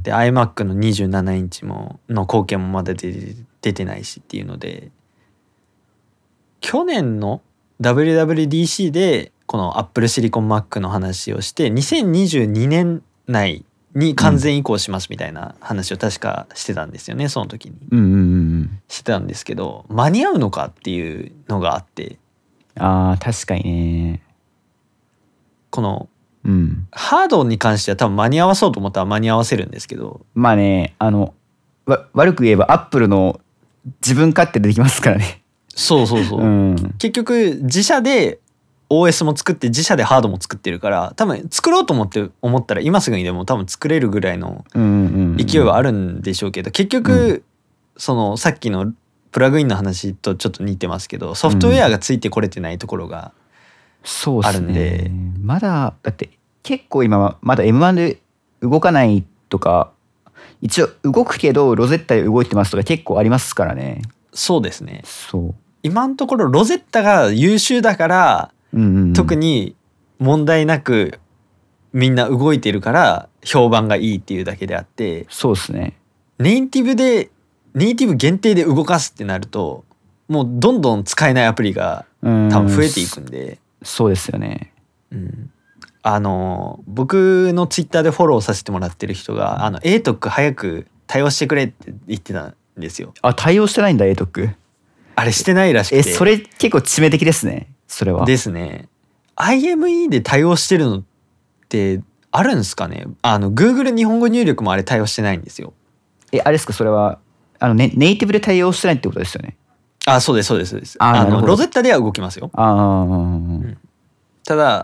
で iMac のにじゅうななインチもの後継もまだ出て出てないしっていうので、去年の ダブリューダブリューディーシー でこの Apple Silicon Mac の話をしてにせんにじゅうにねん内に完全移行しますみたいな話を確かしてたんですよね、その時に、 うんうんうん、 してたんですけど、間に合うのかっていうのがあって、 あー確かにね、 この、 うん、 ハードに関しては多分間に合わそうと思ったら間に合わせるんですけど、 まあね、あのわ悪く言えば Apple の自分勝手でできますからね。 そうそうそう、うん、結局自社で オーエス も作って自社でハードも作ってるから、多分作ろうと思って思ったら今すぐにでも多分作れるぐらいの勢いはあるんでしょうけど、結局、うん、そのさっきのプラグインの話とちょっと似てますけど、ソフトウェアがついてこれてないところがあるんで、 うん、そうですね、まだだって結構今まだ エムワン で動かないとか、一応動くけどロゼッタで動いてますとか結構ありますからね。 そうですね。 そう今のところロゼッタが優秀だから、うんうんうん、特に問題なくみんな動いてるから評判がいいっていうだけであって、 そうですね。 ネイティブでネイティブ限定で動かすってなるともうどんどん使えないアプリが多分増えていくんで、 うん、そうですよね。 うん、あの僕のツイッターでフォローさせてもらってる人があの エートック 早く対応してくれって言ってたんですよ。 あ、対応してないんだ エートック。 あれしてないらしくて。 え、それ結構致命的ですね。それは。 ですね。アイエムイー で対応してるのってあるんですかね。あの Google 日本語入力もあれ対応してないんですよ。 え、あれですか、それはあの、ね、ネイティブで対応してないってことですよね。 あ、そうですそうですそうです。あのロゼッタでは動きますよ。 あ、 うん、ただ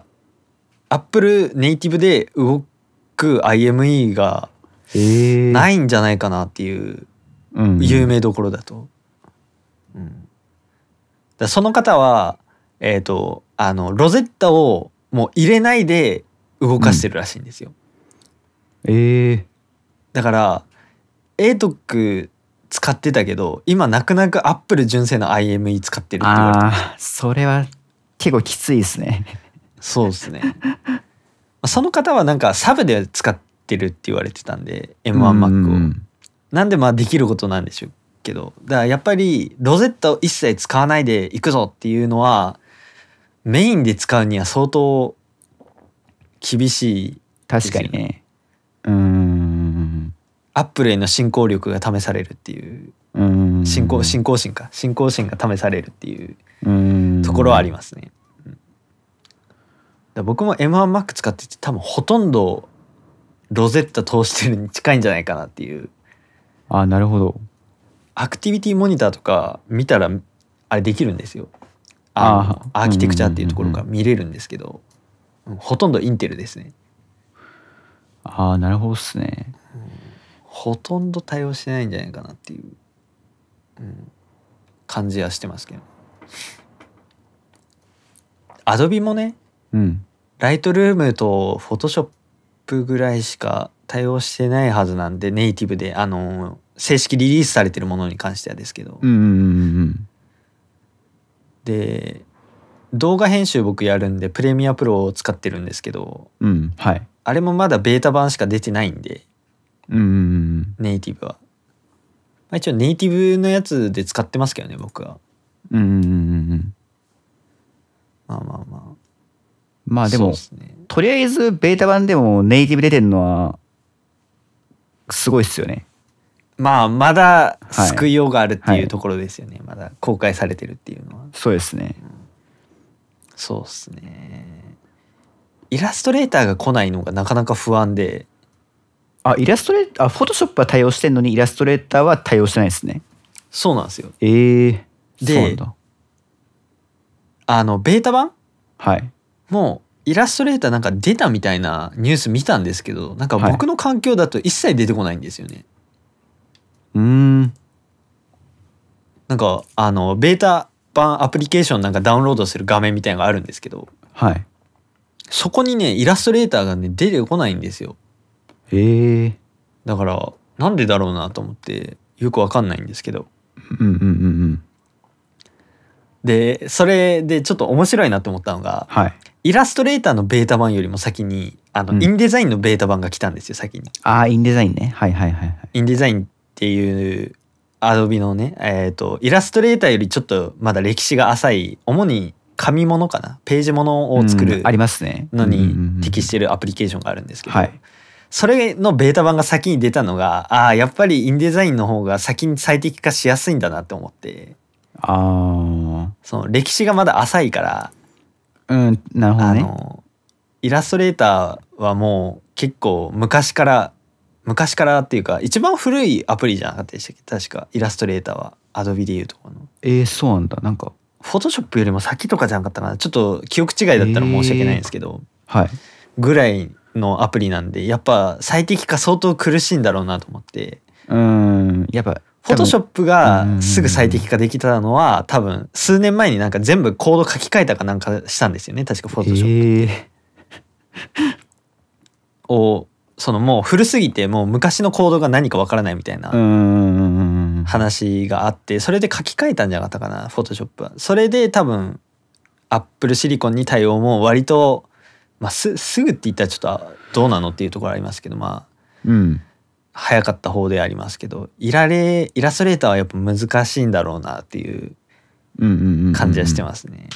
Apple ネイティブで動く アイエムイー がないんじゃないかなっていう有名どころだと。うん、だその方はえっとあのロゼッタをもう入れないで動かしてるらしいんですよ。 うん、えー、 だから エートック 使ってたけど今泣く泣く Apple 純正の アイエムイー 使ってるって言われてます。 あー、それは結構きついですね。 そうですね。その方はなんかサブで使ってるって言われてたんで エムワン Mac を、うん、なんでまあできることなんでしょうけど、だからやっぱりロゼッタを一切使わないでいくぞっていうのはメインで使うには相当厳しいですよね。 確かにね。うーん。 アップルへの信仰力が試されるっていう、うーん、信仰信仰心か信仰心が試されるっていうところはありますね。うん、だ僕も エムワン Mac 使ってて多分ほとんどロゼッタ通してるに近いんじゃないかなっていう。 あ、なるほど。 アクティビティモニターとか見たらあれできるんですよ。ああ、アーキテクチャっていうところから見れるんですけど、うん、ほとんどインテルですね。 ああ、なるほどっすね、 うん。ほとんど対応してないんじゃないかなっていう、うん、感じはしてますけど。アドビもね、 うん、 ライトルームとフォトショップぐらいしか対応してないはずなんで、ネイティブであの正式リリースされてるものに関してはですけど、 うんうんうんうんで動画編集僕やるんでプレミアプロを使ってるんですけど、 うん、はい、 あれもまだベータ版しか出てないんで、 うんうんうん、 ネイティブは、まあ、一応ネイティブのやつで使ってますけどね僕は。 うんうんうんうん、 まあまあまあまあでも、ね、とりあえずベータ版でもネイティブ出てるのはすごいっすよね。 まあまだ救いようがあるっていうところですよね、はい、まだ公開されてるっていうのは。 そうですね、 うん、そうっすね。イラストレーターが来ないのがなかなか不安で。 あ、イラストレーター、あ、フォトショップは対応してんのにイラストレーターは対応してないですね。 そうなんですよ。 えー、 で、そうなんだ。あのベータ版、 はい、 もうイラストレーターなんか出たみたいなニュース見たんですけど、なんか僕の環境だと一切出てこないんですよね。 うーん。 なんかあのベータ版アプリケーションなんかダウンロードする画面みたいなのがあるんですけど、 はい。 そこにねイラストレーターがね出てこないんですよ。 へえ。 だからなんでだろうなと思ってよくわかんないんですけど。 うんうんうんうん。 でそれでちょっと面白いなと思ったのが、 はい、 イラストレーターのベータ版よりも先にあの、うん、インデザインのベータ版が来たんですよ先に。 ああ、インデザインね。はいはいはいはい。 インデザインっていうアドビのね、えーと、イラストレーターよりちょっとまだ歴史が浅い、主に紙物かな、ページ物を作るのに適してるアプリケーションがあるんですけど、それのベータ版が先に出たのが、ああやっぱりインデザインの方が先に最適化しやすいんだなって思って。 ああ。 その歴史がまだ浅いから。 うん、なるほどね。 あのイラストレーターはもう結構昔から昔からっていうか一番古いアプリじゃなかったでしたっけ、確かイラストレーターはアドビでいうところの。 えー、そうなんだ。なんかフォトショップよりも先とかじゃなかったかな、ちょっと記憶違いだったら申し訳ないんですけど、 えー、はい、 ぐらいのアプリなんでやっぱ最適化相当苦しいんだろうなと思って。 うーん、やっぱフォトショップがすぐ最適化できたのは多分数年前になんか全部コード書き換えたかなんかしたんですよね、確かフォトショップって、えー、をそのもう古すぎてもう昔のコードが何かわからないみたいな話があって、それで書き換えたんじゃなかったかなフォトショップは。それで多分アップルシリコンに対応も割と、まあ、す, すぐって言ったらちょっとどうなのっていうところありますけど、まあ、うん、早かった方でありますけど、イラレイラストレーターはやっぱ難しいんだろうなっていう感じはしてますね。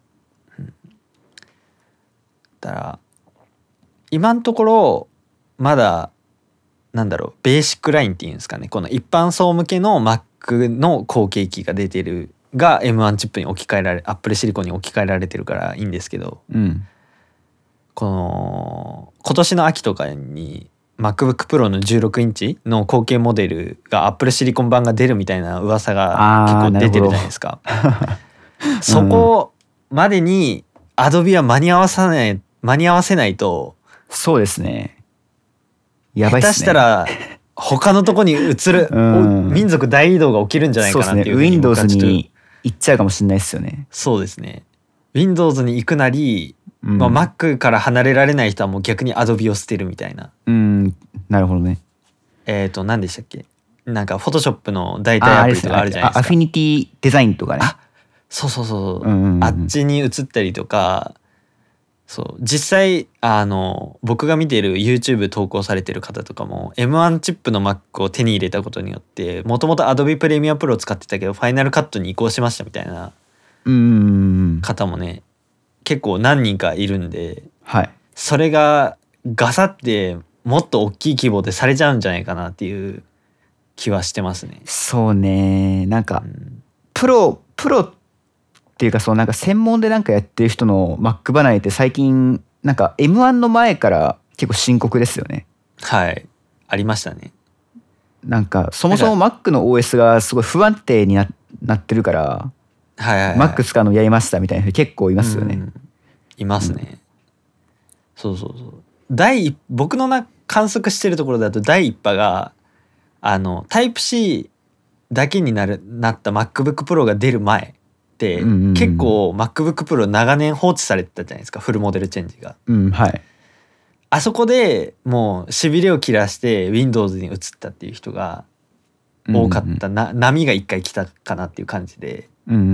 だから今のところまだなんだろう、ベーシックラインっていうんですかね、この一般層向けの Mac の後継機が出てるが エムワン チップに置き換えられ、アップルシリコンに置き換えられてるからいいんですけど、うん、この今年の秋とかに MacBook Pro のじゅうろくインチの後継モデルがアップルシリコン版が出るみたいな噂が結構出てるじゃないですか。そこまでに Adobe は間に合わさない間に合わせないと。 そうですね。やばいっすね。 下手したら他のとこに移る民族大移動が起きるんじゃないかなっていうふうに僕はちょっと。 Windows に行っちゃうかもしれないですよね。 そうですね。Windows に行くなり、うん、まあ、Mac から離れられない人はもう逆に Adobe を捨てるみたいな。 うん、なるほどね。 えっと何でしたっけ、なんか Photoshop の代替アプリとかあるじゃないですか。 アフィニティデザインとかね。 あ、そうそうそう、うんうんうん、あっちに移ったりとか。そう実際あの僕が見ている YouTube 投稿されてる方とかも エムワン チップの Mac を手に入れたことによってもともと Adobe Premiere Pro を使ってたけど Final Cut に移行しましたみたいな方もね結構何人かいるんで、 はい、 それがガサってもっと大きい規模でされちゃうんじゃないかなっていう気はしてますね。 そうね、なんか、うん、プロプロっていうかそうなんか専門でなんかやってる人の Mac 離れって最近なんか エムワン の前から結構深刻ですよね。 はい、ありましたね。 なんかそもそも Mac の オーエス がすごい不安定に な, なってるから、 はいはいはい、 Mac 使うのやりましたみたいな人結構いますよね。うん、 いますね、うん、そうそうそう。第僕のな観測してるところだと第一波があの タイプシー だけになるなった MacBook Pro が出る前で、うんうんうん、結構 MacBook Pro 長年放置されてたじゃないですか、フルモデルチェンジが、 うん、はい。 あそこでもうしびれを切らして Windows に移ったっていう人が多かったな、うんうん、波が一回来たかなっていう感じで、 うんうんうん、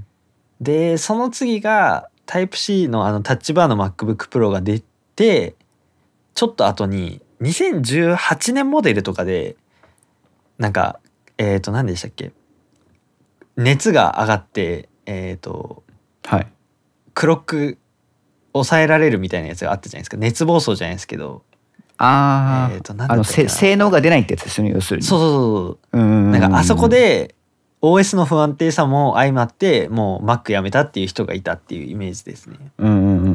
でその次が タイプシー のあのタッチバーの MacBook Pro が出てちょっと後ににせんじゅうはちねんモデルとかでなんかえっと何でしたっけ、熱が上がってえっと、 はい、 クロック抑えられるみたいなやつがあったじゃないですか。熱暴走じゃないですけど、 あー、 えーとなんあのだったっけなせ性能が出ないってやつですよね、要するに。 そうそうそううんうんうんうん。 なんかあそこで オーエス の不安定さも相まってもう Mac やめたっていう人がいたっていうイメージですね。 うんうんうんうんうん。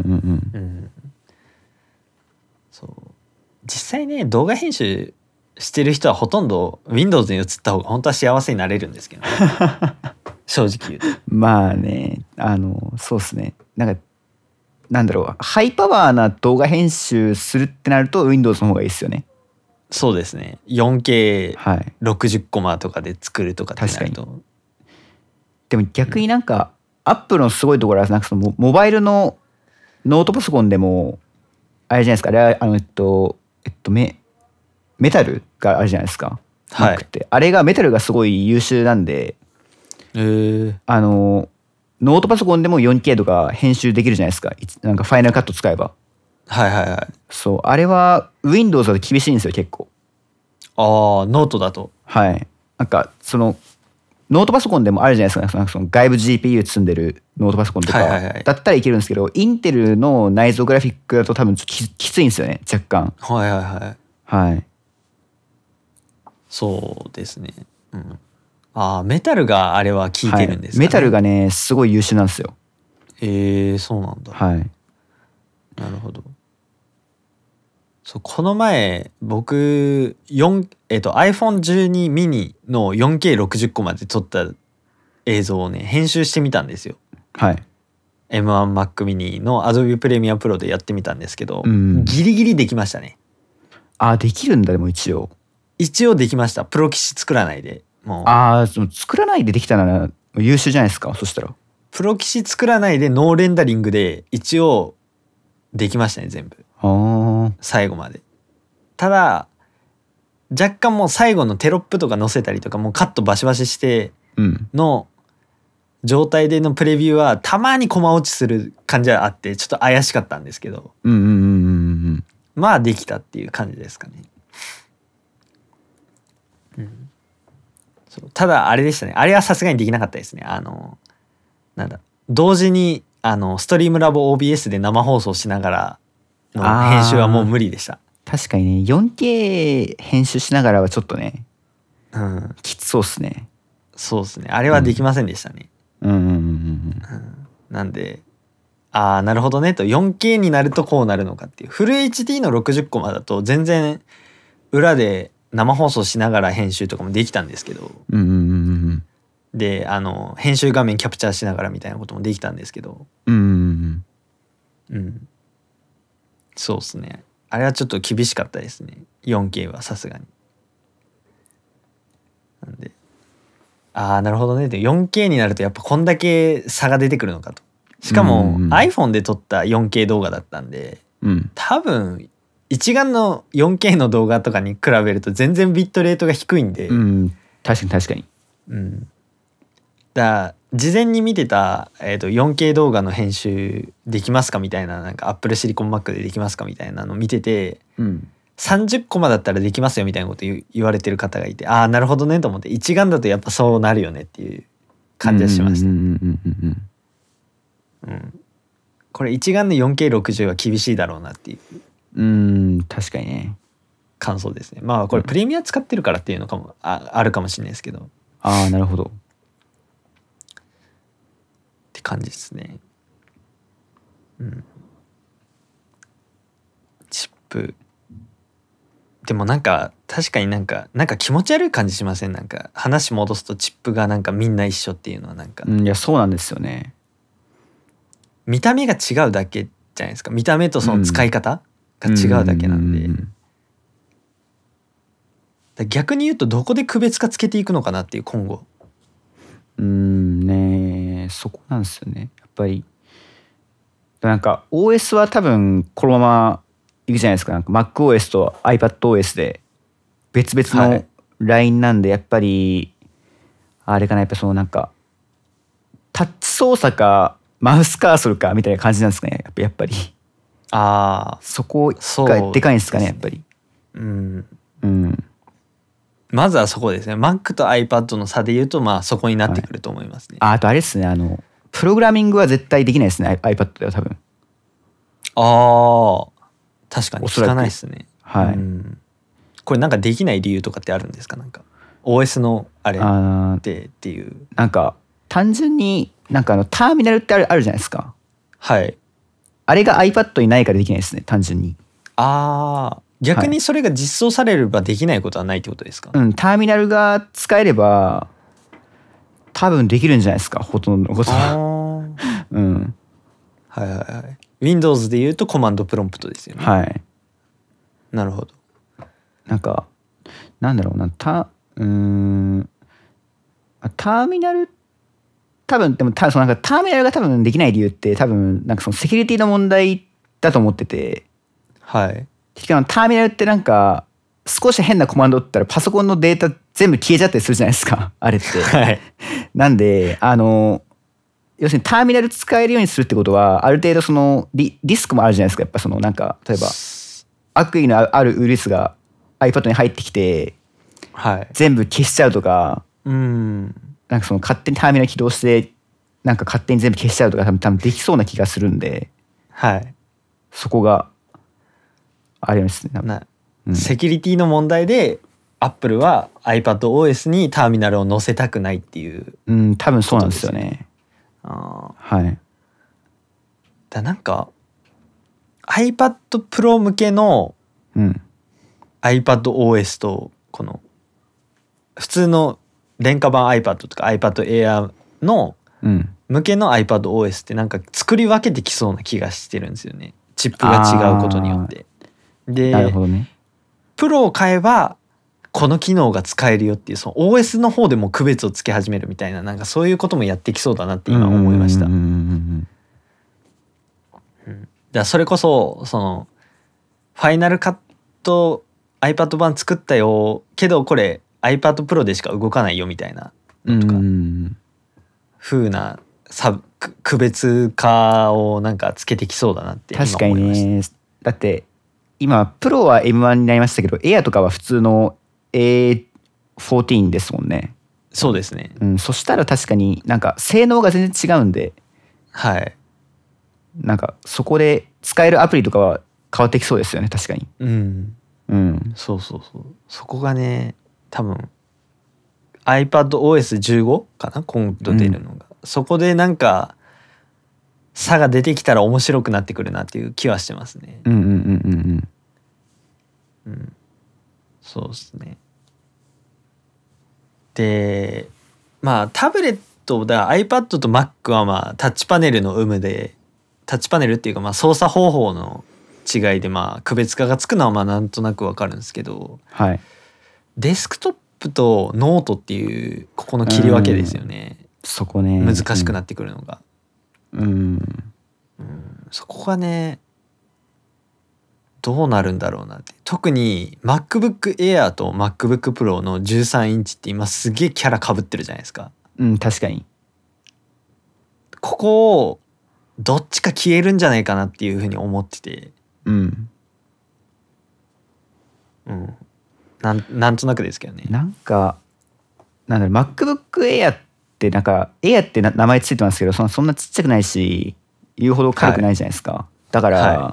うん。そう実際ね動画編集してる人はほとんど Windows に移った方が本当は幸せになれるんですけどね正直言うと。 まあね、あのそうですね。なんかなんだろう、ハイパワーな動画編集するってなると Windows の方がいいですよね。 そうですね よんケはい。 ーろくじゅう コマとかで作るとかってなると。 でも逆になんか、アップルのすごいところはなんかそのモモバイルのノートパソコンでもあれじゃないですか、あれはあのえっとえっとメメタルがあるじゃないですか。 はい Mac ってあれがメタルがすごい優秀なんで、 えー、 あのノートパソコンでも よんケー とか編集できるじゃないですか。いつなんかファイナルカット使えば。 はいはいはい。 そうあれは Windows だと厳しいんですよ結構。 ああノートだと。 はい。なんかそのノートパソコンでもあるじゃないですか、なんかその外部 ジーピーユー 積んでるノートパソコンとかはいはいはいだったらいけるんですけど、インテルの内蔵グラフィックだと多分ちょっとききついんですよね若干。 はいはいはい。 はい。 そうですね。うん。ああメタルがあれは効いてるんですかね。 はい、メタルがねすごい優秀なんですよ。 えー、そうなんだ。 はい。 なるほど。そうこの前僕よんえっと アイフォンじゅうに ミニの よんケーろくじゅう コマで撮った映像をね編集してみたんですよ。 はい。 エムワン Mac mini の Adobe Premiere Pro でやってみたんですけど、 うん、 ギリギリできましたね。 あできるんだ。でも一応一応できました。プロ棋士作らないでもうああ作らないでできたなら優秀じゃないですか。そしたらプロ棋士作らないでノーレンダリングで一応できましたね全部あ最後まで。ただ若干もう最後のテロップとか載せたりとかもうカットバシバシしての状態でのプレビューはたまにコマ落ちする感じはあってちょっと怪しかったんですけど、 うんうんうんうんうんうんまあできたっていう感じですかね。うん、そうただあれでしたね。あれはさすがにできなかったですね。あのなんだ同時にあのストリームラボ オービーエス で生放送しながらの編集はもう無理でした。 確かにね よんケー 編集しながらはちょっとね、 うん、 きつそうっすね。 そうですね。あれはできませんでしたね。 うんうんうんうんうんうんなんでああなるほどねと よんケー になるとこうなるのかっていう。フル エイチディー のろくじゅうコマだと全然裏で生放送しながら編集とかもできたんですけど、 うんうんうんうんであの編集画面キャプチャーしながらみたいなこともできたんですけど、 うんうんうんうんそうですね。あれはちょっと厳しかったですね よんケー はさすがに。なんでああなるほどね。で よんケー になるとやっぱこんだけ差が出てくるのかと。しかも iPhone で撮った よんケー 動画だったんで、 うん、 多分一眼の よんケー の動画とかに比べると全然ビットレートが低いんで、 うん、確かに確かに、 うん、だ事前に見てた、えーと よんケー 動画の編集できますかみたいななんか Apple Silicon Mac でできますかみたいなの見てて、 うん、 さんじゅっコマだったらできますよみたいなこと言われてる方がいて、ああなるほどねと思って、一眼だとやっぱそうなるよねっていう感じはしました。これ一眼の よんケーろくじゅう は厳しいだろうなっていううーん確かにね感想ですね。まあこれプレミア使ってるからっていうのかも あ, あるかもしれないですけど、 ああなるほどって感じですね。うんチップでもなんか確かになんかなんか気持ち悪い感じしません？なんか話戻すとチップがなんかみんな一緒っていうのはなんか、 うん、いやそうなんですよね。 見た目が違うだけじゃないですか。見た目とその使い方が違うだけなんで、だ逆に言うとどこで区別化つけていくのかなっていう今後。 うんねそこなんですよねやっぱり。なんか オーエス は多分このままいくじゃないですか。なんか MacOS と iPadOS で別々のラインなんで、やっぱりあれかな、やっぱそのなんかタッチ操作かマウスカーソルかみたいな感じなんですかね。やっぱやっぱりああそこがでかいんですかねやっぱり。 うんうんまずはそこですね。Mac と iPad の差で言うとまあそこになってくると思いますね。 はい、あ, あとあれですね、あのプログラミングは絶対できないですね iPad では多分。 ああ確かに聞かないですね。 はい、 うん、これなんかできない理由とかってあるんですか？なんか オーエス のあれってっていう。 なんか単純になんかあのターミナルってある、あるじゃないですか。 はい。 あれが iPad にないからできないですね、単純に。 ああ、逆にそれが実装されればできないことはないってことですか？ はい、うん、ターミナルが使えれば多分できるんじゃないですか、ほとんどのことは。うん。 はいはいはい。Windows で言うとコマンドプロンプトですよね。 はい。 なるほど。 なんかなんだろうな、たうーんターミナル多分でも多分そのなんかターミナルが多分できない理由って多分なんかそのセキュリティの問題だと思ってて。 はい。 結局ターミナルってなんか少し変なコマンド打ったらパソコンのデータ全部消えちゃったりするじゃないですか、あれって。 はい。 なんであの要するにターミナル使えるようにするってことはある程度その リ, リスクもあるじゃないですか。やっぱそのなんか例えば悪意のあるウイルスが iPad に入ってきて、 はい、 全部消しちゃうとか、 うん、 なんかその勝手にターミナル起動してなんか勝手に全部消しちゃうとか多分多分できそうな気がするんで、 はい、 そこがありますね。 な、うん、セキュリティの問題でアップルは iPadOS にターミナルを載せたくないっていう、 うん、多分そうなんですよね。 あ、 はい。 だなんか iPad Pro 向けの iPadOS とこの普通の廉価版 iPad とか iPad Air の向けの iPadOS ってなんか作り分けてきそうな気がしてるんですよね。チップが違うことによって。で、 なるほどね。 プロを買えばこの機能が使えるよっていうその オーエス の方でも区別をつけ始めるみたいな、なんかそういうこともやってきそうだなって今思いました。だからそれこそそのファイナルカット iPad 版作ったよけどこれ iPad Pro でしか動かないよみたいなのとか風な差区別化をなんかつけてきそうだなって今思いました。 確かにね。だって今プロは エムワン になりましたけど Air とかは普通の エーフォーティーン ですもんね。 そうですね、 うん、そしたら確かになんか性能が全然違うんで、 はい、 なんかそこで使えるアプリとかは変わってきそうですよね、確かに。 うんうん、 そうそうそう、そこがね多分 iPadOS じゅうごかな今度出るのが、うん、そこでなんか差が出てきたら面白くなってくるなっていう気はしてますね。 うんうんうんうんうんうん、そうですね。でまあタブレットだ iPad と Mac はまあタッチパネルの有無でタッチパネルっていうかまあ操作方法の違いでまあ区別化がつくのはまあなんとなくわかるんですけど、 はい、 デスクトップとノートっていうここの切り分けですよね。 そこね難しくなってくるのが、 うん、うん、 そこがねどうなるんだろうなって。特に MacBook Air と MacBook Pro のじゅうさんインチって今すげえキャラ被ってるじゃないですか。 うん、確かに。 ここをどっちか消えるんじゃないかなっていうふうに思ってて、 うんうん、なん、なんとなくですけどね。 なんかなんだろう MacBook Air ってなんか Air って名前ついてますけどそんな、そんなちっちゃくないし言うほど軽くないじゃないですか、はい、だから、はい、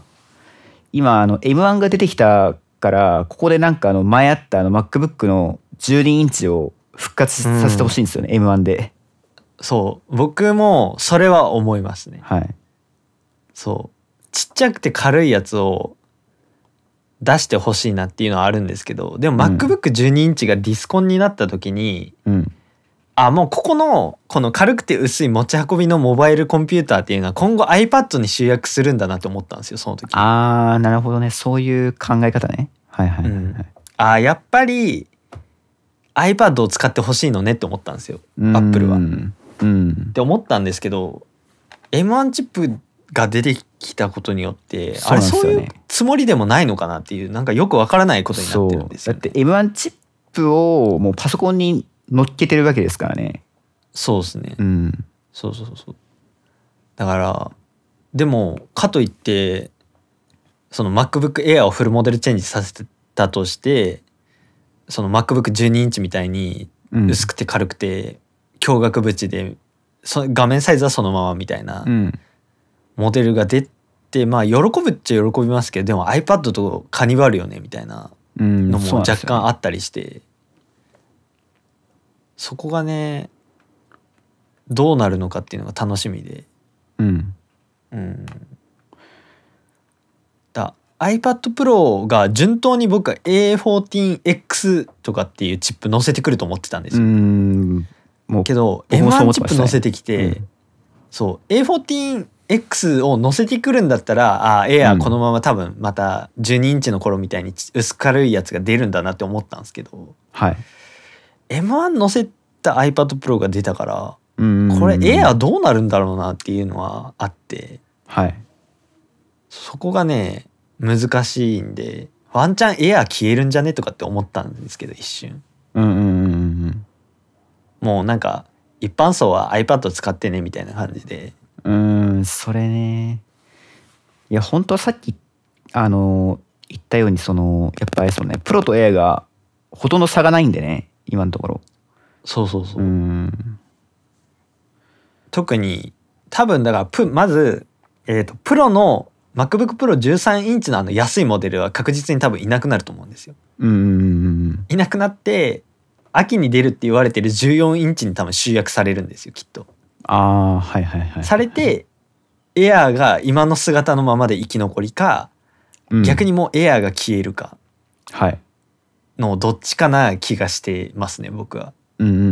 今あの エムワン が出てきたからここでなんかあの前あったあの MacBook のじゅうにインチを復活させてほしいんですよね、うん、エムワン で。 そう僕もそれは思いますね。 はい。 そうちっちゃくて軽いやつを出してほしいなっていうのはあるんですけど、でも MacBook じゅうにインチがディスコンになった時に、うん、あもうここのこの軽くて薄い持ち運びのモバイルコンピューターっていうのは今後 iPad に集約するんだなって思ったんですよその時。 あーなるほどね、そういう考え方ね。はいはいはい、はい、うん、 あやっぱり iPad を使ってほしいのねって思ったんですよ Apple は。うん、って思ったんですけど エムワン チップが出てきたことによってあれそういうつもりでもないのかなっていうなんかよくわからないことになってるんですよね。 だって エムワン チップをもうパソコンに乗っけてるわけですからね。 そうですね、 うん、 そうそうそうだからでもかといってその MacBook Air をフルモデルチェンジさせたとしてその MacBook じゅうにインチみたいに薄くて軽くて驚愕縁でそ画面サイズはそのままみたいなモデルが出でまあ喜ぶっちゃ喜びますけど、でも iPad とカニバルよねみたいなのも若干あったりして、うん、 そ, ね、そこがねどうなるのかっていうのが楽しみで、うん、うん、だ iPad Pro が順当に僕は エーフォーティーンエックス とかっていうチップ載せてくると思ってたんですよ。うん、もうけど エムワン チップ載せてきて、うん、そう エーフォーティーンエックス を載せてくるんだったら、あ、エアこのまま多分またじゅうにインチの頃みたいに薄軽いやつが出るんだなって思ったんですけど、はい、エムワン 載せた iPad Pro が出たから、これエアどうなるんだろうなっていうのはあって、はい、そこがね難しいんで、ワンチャンエア消えるんじゃねとかって思ったんですけど一瞬、うんうんうんうん、もうなんか一般層は iPad 使ってねみたいな感じで、 うーん、それね。いや本当はさっきあの言ったように、そのやっぱりそのね、プロとエアがほとんど差がないんでね、今のところ。 そうそうそう。うん、特に多分だからプまず、えーと、プロの MacBook Pro じゅうさんインチのあの安いモデルは確実に多分いなくなると思うんですよ。うんうんうん、いなくなって秋に出るって言われてるじゅうよんインチに多分集約されるんですよきっと。 あ、はいはいはい、はい、 されてエアーが今の姿のままで生き残りか、うん、逆にもうエアーが消えるかのどっちかな気がしてますね僕は。うんうんうんうん。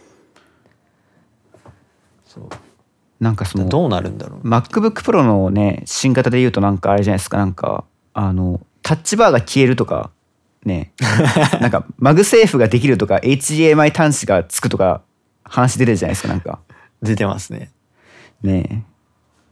そうなんかそのどうなるんだろう。 MacBook Pro のね新型で言うとなんかあれじゃないですか、なんかあのタッチバーが消えるとかねなんかマグセーフができるとか エイチディーエムアイ 端子がつくとか話出てるじゃないですか。なんか出てますね。 ねえ、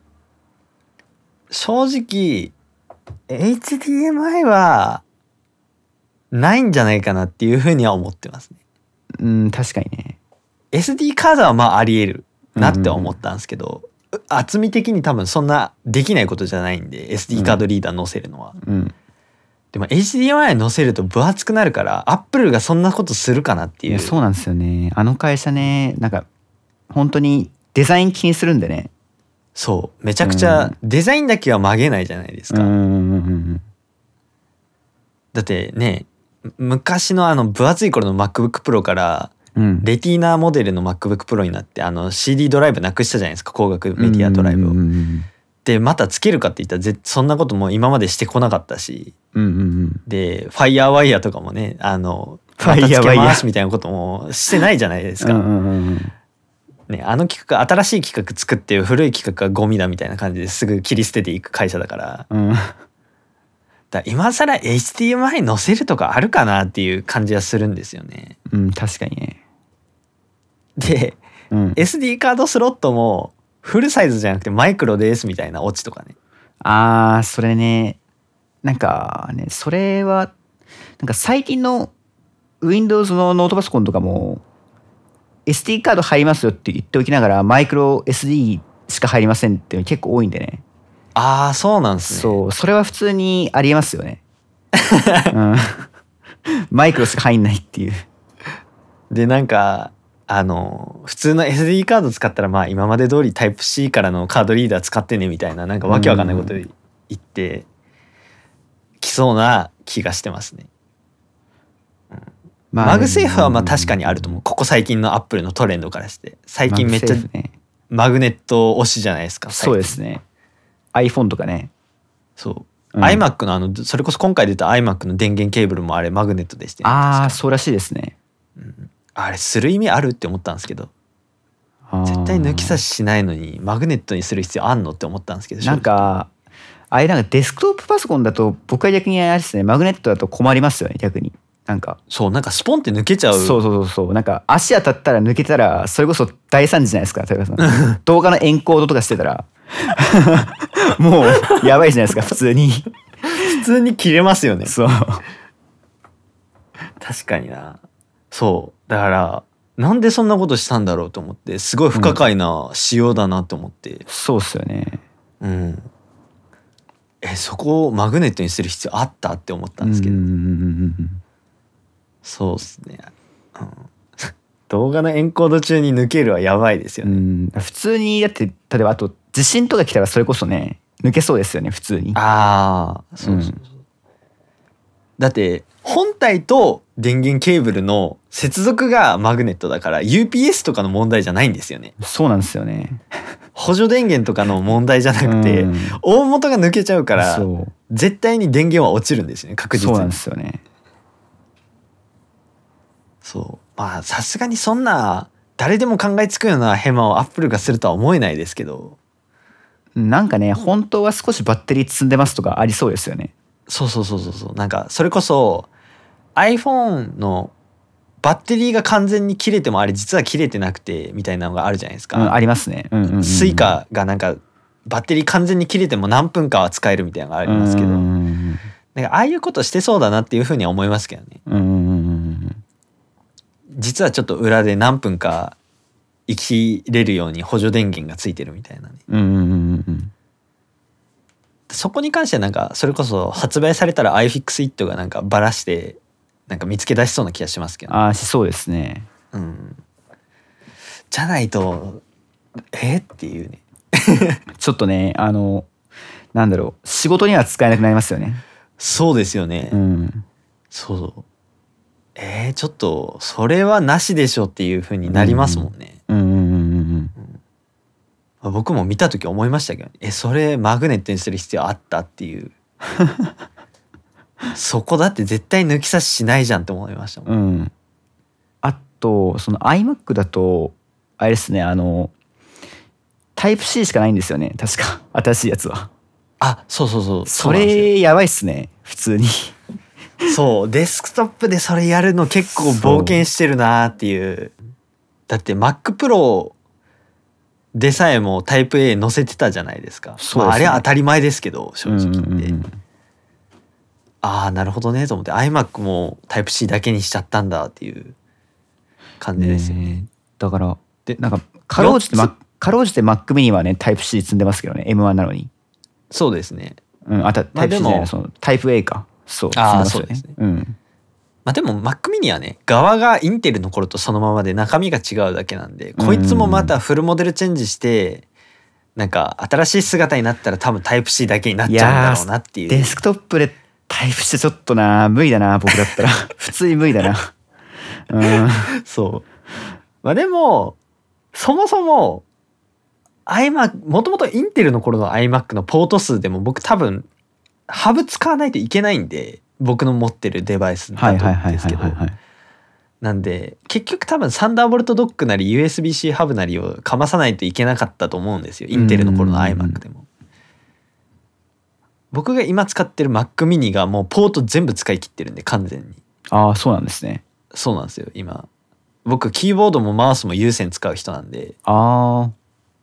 正直 エイチディーエムアイ はないんじゃないかなっていうふうには思ってますね。 うん、確かにね。 エスディー カードはまああり得るなって思ったんですけど、うんうんうん、厚み的に多分そんなできないことじゃないんで エスディー カードリーダー載せるのは、うんうん、でも エイチディーエムアイ 載せると分厚くなるから、アップルがそんなことするかなっていう。いやそうなんですよね。あの会社ね、なんか本当にデザイン気にするんでね。 そうめちゃくちゃデザインだけは曲げないじゃないですか。うんうんうんうん、だってね昔のあの分厚い頃の MacBook Pro からレティーナモデルの MacBook Pro になってあの シーディー ドライブなくしたじゃないですか、光学メディアドライブを。でまたつけるかって言ったらぜそんなことも今までしてこなかったし、うんうんうん、で FireWire とかもねあのまたつけますみたいなこともしてないじゃないですか。うんうんうんね、あの企画新しい企画作って古い企画がゴミだみたいな感じですぐ切り捨てていく会社だから、うん、だ今更 エイチディーエムアイ 載せるとかあるかなっていう感じはするんですよね。 うん、確かにね。 で、うん、エスディー カードスロットもフルサイズじゃなくてマイクロですみたいなオチとかね。 あーそれね、なんかねそれはなんか最近の Windows のノートパソコンとかもエスディー カード入りますよって言っておきながらマイクロ エスディー しか入りませんっていうの結構多いんでね。 ああそうなんですね。 そうそれは普通にありえますよね、うん、マイクロしか入んないっていう。 でなんかあの普通の エスディー カード使ったらまあ今まで通りタイプ C からのカードリーダー使ってねみたいななんかわけわかんないこと言ってきそうな気がしてますね。まあ、マグセーフはまあ確かにあると思う。ここ最近のアップルのトレンドからして最近めっちゃマグネット推しじゃないですか。 そうですね。 iPhone とかね。 そう、うん、iMac のあのそれこそ今回出た iMac の電源ケーブルもあれマグネットでして、 ね、ああそうらしいですね、 うん、あれする意味あるって思ったんですけど絶対抜き差ししないのにマグネットにする必要あんのって思ったんですけど、 なんかあれなんかデスクトップパソコンだと僕は逆にあれですね、マグネットだと困りますよね逆に。なんかそうなんかスポンって抜けちゃう。 そうそうそうそう、なんか足当たったら抜けたらそれこそ大惨事じゃないですか。例えばその動画のエンコードとかしてたらもうやばいじゃないですか普通に普通に切れますよね。 そう確かにな。そうだからなんでそんなことしたんだろうと思ってすごい不可解な仕様だなと思って、うん、 そうっすよね。 うんえそこをマグネットにする必要あったって思ったんですけど、うんうんうんうんそうっすね、うん、動画のエンコード中に抜けるはやばいですよね。 うん普通にだって例えばあと地震とか来たらそれこそね抜けそうですよね普通に。 ああそうそうそう、うん、だって本体と電源ケーブルの接続がマグネットだから ユーピーエス とかの問題じゃないんですよね。 そうなんですよね。 補助電源とかの問題じゃなくて、うん、大元が抜けちゃうから絶対に電源は落ちるんですよね確実に。 そうなんですよね。 そうまあさすがにそんな誰でも考えつくようなヘマをアップルがするとは思えないですけど、 なんかね本当は少しバッテリー積んでますとかありそうですよね。 そうそうそうそうそうなんかそれこそ iPhone のバッテリーが完全に切れてもあれ実は切れてなくてみたいなのがあるじゃないですか、 うん、ありますね、うんうんうんうん、 スイカがなんかバッテリー完全に切れても何分かは使えるみたいなのがありますけど、うんうんうん、なんかああいうことしてそうだなっていうふうには思いますけどね、うんうんうん、実はちょっと裏で何分か生きれるように補助電源がついてるみたいなね、うんうんうんうん、そこに関してはなんかそれこそ発売されたら iFixit がなんかバラしてなんか見つけ出しそうな気がしますけど、ね、 ああしそうですね、 うん、じゃないとえっていうねちょっとねあのなんだろう仕事には使えなくなりますよね。 そうですよね、うん、そうえー、ちょっとそれはなしでしょっていう風になりますもんね。うんうんうんうんうん、僕も見た時思いましたけど、えそれマグネットにする必要あったっていうそこだって絶対抜き差ししないじゃんって思いましたもん、うん、 あとその iMac だとあれですねあのタイプ C しかないんですよね確か新しいやつは。 あそうそうそうそれやばいっすね普通にそうデスクトップでそれやるの結構冒険してるなっていう。だって Mac Pro でさえもタイプ A 載せてたじゃないですか。そうですね、まあ、あれは当たり前ですけど正直言って、うんうんうん、ああなるほどねと思って iMac もタイプ C だけにしちゃったんだっていう感じですよね。ねだからでなんかかろうじて、ま、かろうじて Mac mini はねタイプ C 積んでますけどね エムワン なのに。 そうですね、 うん、あたタイプ C じゃない、まあ、そのタイプ A かそうああそうですね、うん、まあでも Mac mini はね側がインテルの頃とそのままで中身が違うだけなんで、こいつもまたフルモデルチェンジしてなんか新しい姿になったら多分タイプ C だけになっちゃうんだろうなっていう。 デスクトップでタイプ C ちょっとな無理だな僕だったら普通に無理だなうんそうまあでもそもそも iMac もともとインテルの頃の iMac のポート数でも僕多分ハブ使わないといけないんで僕の持ってるデバイスだと思うんですけど、なんで結局多分サンダーボルトドックなり ユーエスビー-C ハブなりをかまさないといけなかったと思うんですよインテルの頃の iMac でも。僕が今使ってる Mac mini がもうポート全部使い切ってるんで完全に。 ああそうなんですね。 そうなんですよ今僕キーボードもマウスも有線使う人なんで。 あ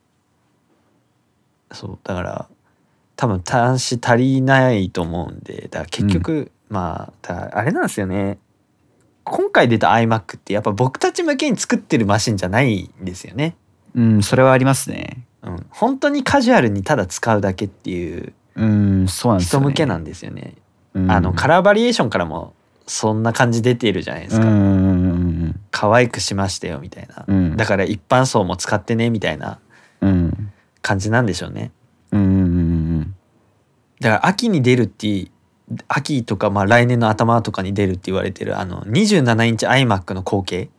あそうだから多分端子足りないと思うんでだから結局、うん、まあだあれなんですよね今回出た iMac ってやっぱ僕たち向けに作ってるマシンじゃないんですよね。 うんそれはありますね。 うん、本当にカジュアルにただ使うだけっていう人向けなんですよね。あのカラーバリエーションからもそんな感じ出ているじゃないですか。うん可愛くしましたよみたいな、うん、だから一般層も使ってねみたいな感じなんでしょうね。うんうんうん、だから秋に出るって秋とかまあ来年の頭とかに出るって言われてるあのにじゅうななインチ iMac の後継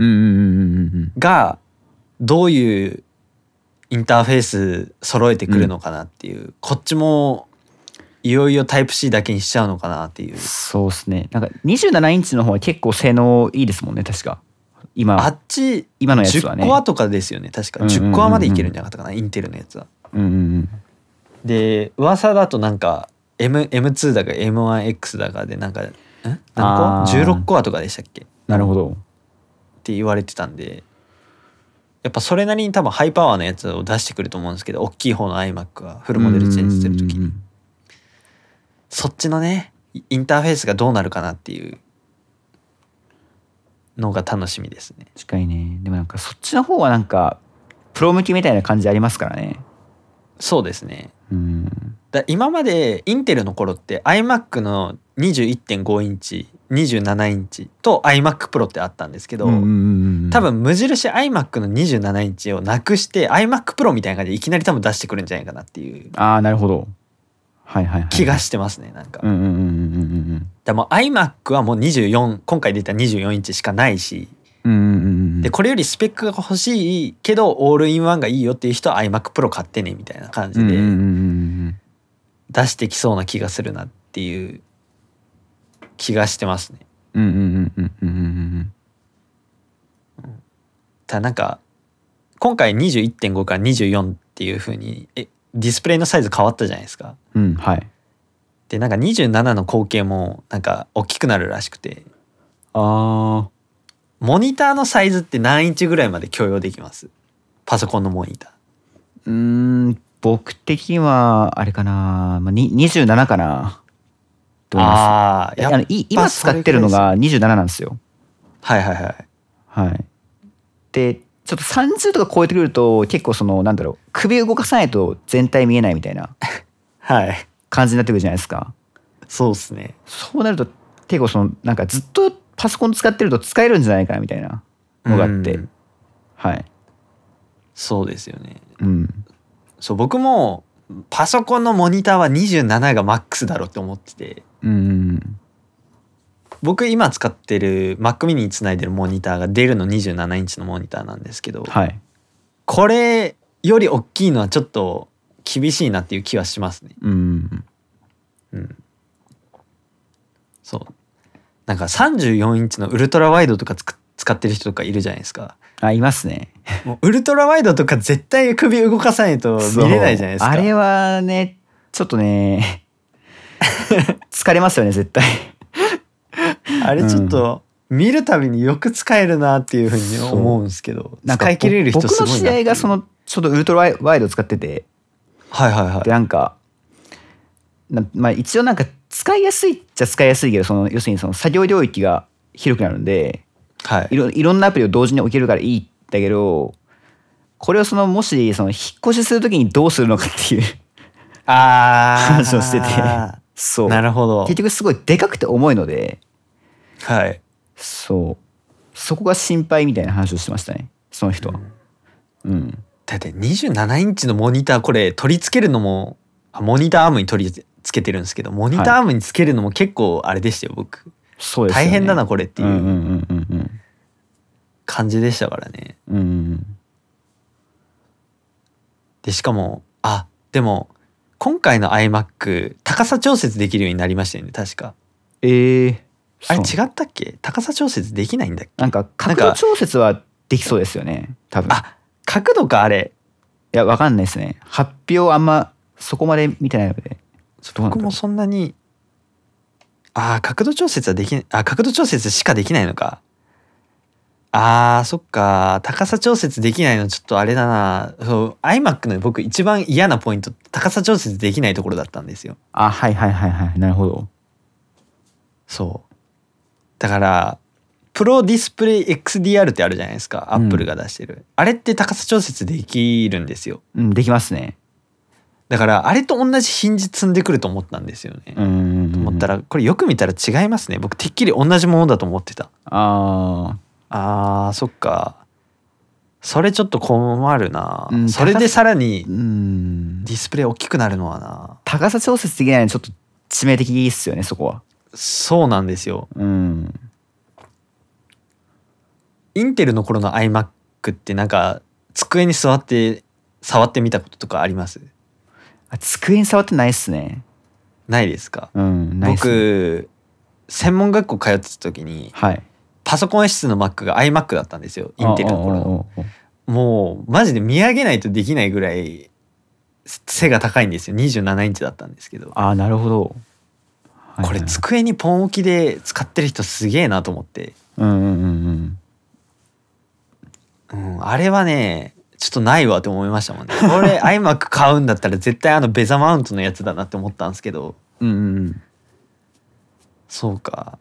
がどういうインターフェース揃えてくるのかなっていう、うん、こっちもいよいよタイプ C だけにしちゃうのかなっていう。 そうですね。なんかにじゅうななインチの方は結構性能いいですもんね確か。今あっち今のやつはねじゅっコアとかですよね確か、うんうんうんうん、じゅっコアまでいけるんじゃなかったかなインテルのやつは。うんうんうん、で噂だとなんか M エムツー だか エムワンエックス だかでなんかん何個じゅうろっコアとかでしたっけ。 なるほどって言われてたんでやっぱそれなりに多分ハイパワーなやつを出してくると思うんですけど大きい方の iMac はフルモデルチェンジする時にそっちのねインターフェースがどうなるかなっていうのが楽しみですね。 確かにね。でもなんかそっちの方はなんかプロ向きみたいな感じありますからね。 そうですね。 うん、 だ今までインテルの頃って iMac の にじゅういってんご インチにじゅうななインチと iMac Pro ってあったんですけど、 うんうんうんうん、 多分無印 iMac のにじゅうななインチをなくして iMac Pro みたいな感じでいきなり多分出してくるんじゃないかなっていうああなるほど、はいはいはいはい、 気がしてますね。なんか、 うんうんうんうんうん、 でも iMac はもうにじゅうよん今回出たにじゅうよんインチしかないし、 うんうんうんうん、 でこれよりスペックが欲しいけどオールインワンがいいよっていう人は iMac Pro 買ってねみたいな感じで出してきそうな気がするなっていう気がしてますね。 うんうんうんうんうんうん、 ただなんか今回 にじゅういってんご からにじゅうよんっていう風にえディスプレイのサイズ変わったじゃないですか。 うん、はい。 でなんかにじゅうななの口径もなんか大きくなるらしくて、 ああ、 モニターのサイズって何インチぐらいまで許容できます？パソコンのモニター。 うーん、僕的にはあれかな、まあ、ににじゅうななかな。どう思います？ああ、やっぱ今使ってるのがにじゅうなななんですよ。 はいはいはい。 はい。でちょっとさんじゅうとか超えてくると結構そのなんだろう、首動かさないと全体見えないみたいなはい感じになってくるじゃないですか。 そうですね。 そうなると結構そのなんかずっとパソコン使ってると使えるんじゃないかなみたいなのがあって、はい。 そうですよね。 うん。 そう僕もパソコンのモニターはにじゅうなながマックスだろうって思ってて、 うん。 僕今使ってる Mac mini につないでるモニターがデルのにじゅうななインチのモニターなんですけど、 はい、 これより大きいのはちょっと厳しいなっていう気はしますね。 うん、 うん、そうなんかさんじゅうよんインチのウルトラワイドとかつく使ってる人とかいるじゃないですか。 あ、いますね。 もうウルトラワイドとか絶対首動かさないと見れないじゃないですか。 あれはねちょっとね疲れますよね絶対あれちょっと見るたびによく使えるなっていうふうに思うんですけど、 なんか使い切れる人すごいな。 僕の試合がそのちょっとウルトラワイド使ってて、 はいはいはい。 でなんかなまあ一応なんか使いやすいっちゃ使いやすいけど、その要するにその作業領域が広くなるんで、 はい、 いろいろんなアプリを同時に置けるからいいんだけど、これをそのもしその引っ越しするときにどうするのかっていうあ話をしてて、そうなるほど。 結局すごいでかくて重いので、 はい、 そうそこが心配みたいな話をしてましたねその人は。うん、うん、 だってにじゅうななインチのモニターこれ取り付けるのもあモニターアームに取り付けてるんですけど、モニターアームにつけるのも結構あれでしたよ僕。 そうですよね、 大変だなこれっていう感じでしたからね。 うんうん、 でしかもあでも今回の iMac 高さ調節できるようになりましたよね確か。 えー、 あれ違ったっけ？高さ調節できないんだっけ？ なんか角度調節はできそうですよね多分。 あ角度かあれ。 いやわかんないですね、発表あんまそこまで見てないので。 僕もそんなにあ角度調節はできない。あ角度調節しかできないのか。あーそっか高さ調節できないのちょっとあれだな。そう iMac の僕一番嫌なポイント高さ調節できないところだったんですよ。 あはいはいはいはいなるほど。 そうだからプロディスプレイ エックスディーアール ってあるじゃないですか、アップルが出してる、うん、あれって高さ調節できるんですよ。 うんできますね。 だからあれと同じヒンジ積んでくると思ったんですよね。 うんうんうん、 と思ったらこれよく見たら違いますね。僕てっきり同じものだと思ってた。 ああーそっかそれちょっと困るな、うん、それでさらにディスプレイ大きくなるのはな。 高さ調節できないのちょっと致命的ですよねそこは。 そうなんですよ、 うん、 インテルの頃の iMac ってなんか机に座って触ってみたこととかあります？ あ机に触ってないっすね。 ないですか？ うん、ないっすね。 僕専門学校通ってた時に、はい、パソコン室の Mac が iMac だったんですよインテルの頃の。もうマジで見上げないとできないぐらい背が高いんですよ。にじゅうななインチだったんですけど。 あなるほど、 はいはい、これ机にポン置きで使ってる人すげえなと思って、 うんうんうんうん、うん、あれはねちょっとないわって思いましたもんね。これ iMac 買うんだったら絶対あのベザマウントのやつだなって思ったんですけど、 うんうんうん、 そうか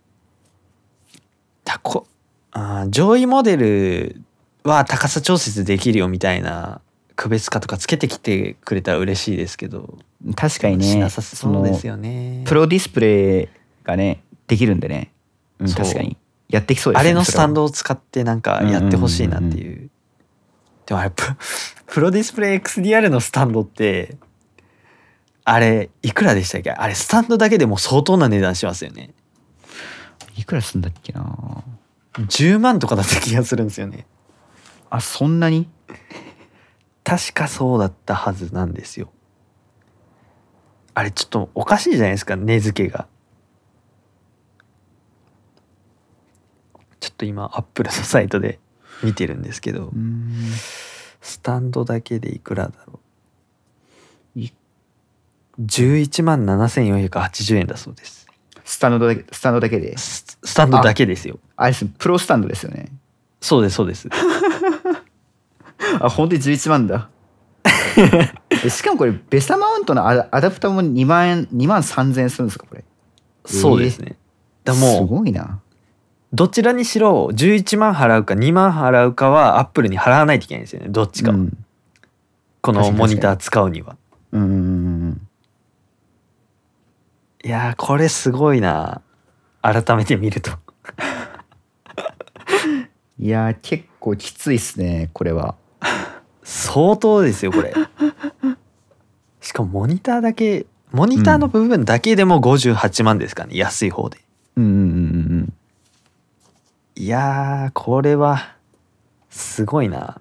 だこあ上位モデルは高さ調節できるよみたいな区別化とかつけてきてくれたら嬉しいですけど、 確かにね、 しなさそうですよね。 プロディスプレイがねできるんでね、うん、確かにやってきそうですね。 あれのスタンドを使ってなんかやってほしいなっていう。でもあれププロディスプレイ エックスディーアール のスタンドってあれいくらでしたっけ？あれスタンドだけでも相当な値段しますよね。 いくらすんだっけな。 じゅうまんとかだった気がするんですよね。 あ、そんなに？ 確かそうだったはずなんですよ。あれちょっとおかしいじゃないですか、値付けが。ちょっと今アップルのサイトで見てるんですけど、スタンドだけでいくらだろう。じゅういちまんななせんよんひゃくはちじゅうえんだそうです。 スタンドだけ、スタンドだけで。 ス, スタンドだけですよ。 あ、あれです、プロスタンドですよね。 そうですそうです。 あ、本当にじゅういちまんだ。しかもこれベサマウントのアダプターもにまんえん、にまんさんぜんえんするんですかこれ。 そうですね。 だもうすごいな。 どちらにしろじゅういちまん払うかにまん払うかはアップルに払わないといけないんですよね、どっちかは、うん、このモニター使うには。うんうんうん。いやーこれすごいな、改めて見ると。 いやー結構きついっすねこれは。 相当ですよこれ。しかもモニターだけ、モニターの部分だけでもごじゅうはちまんですかね、安い方で。うんうんうんうん。いやーこれはすごいな。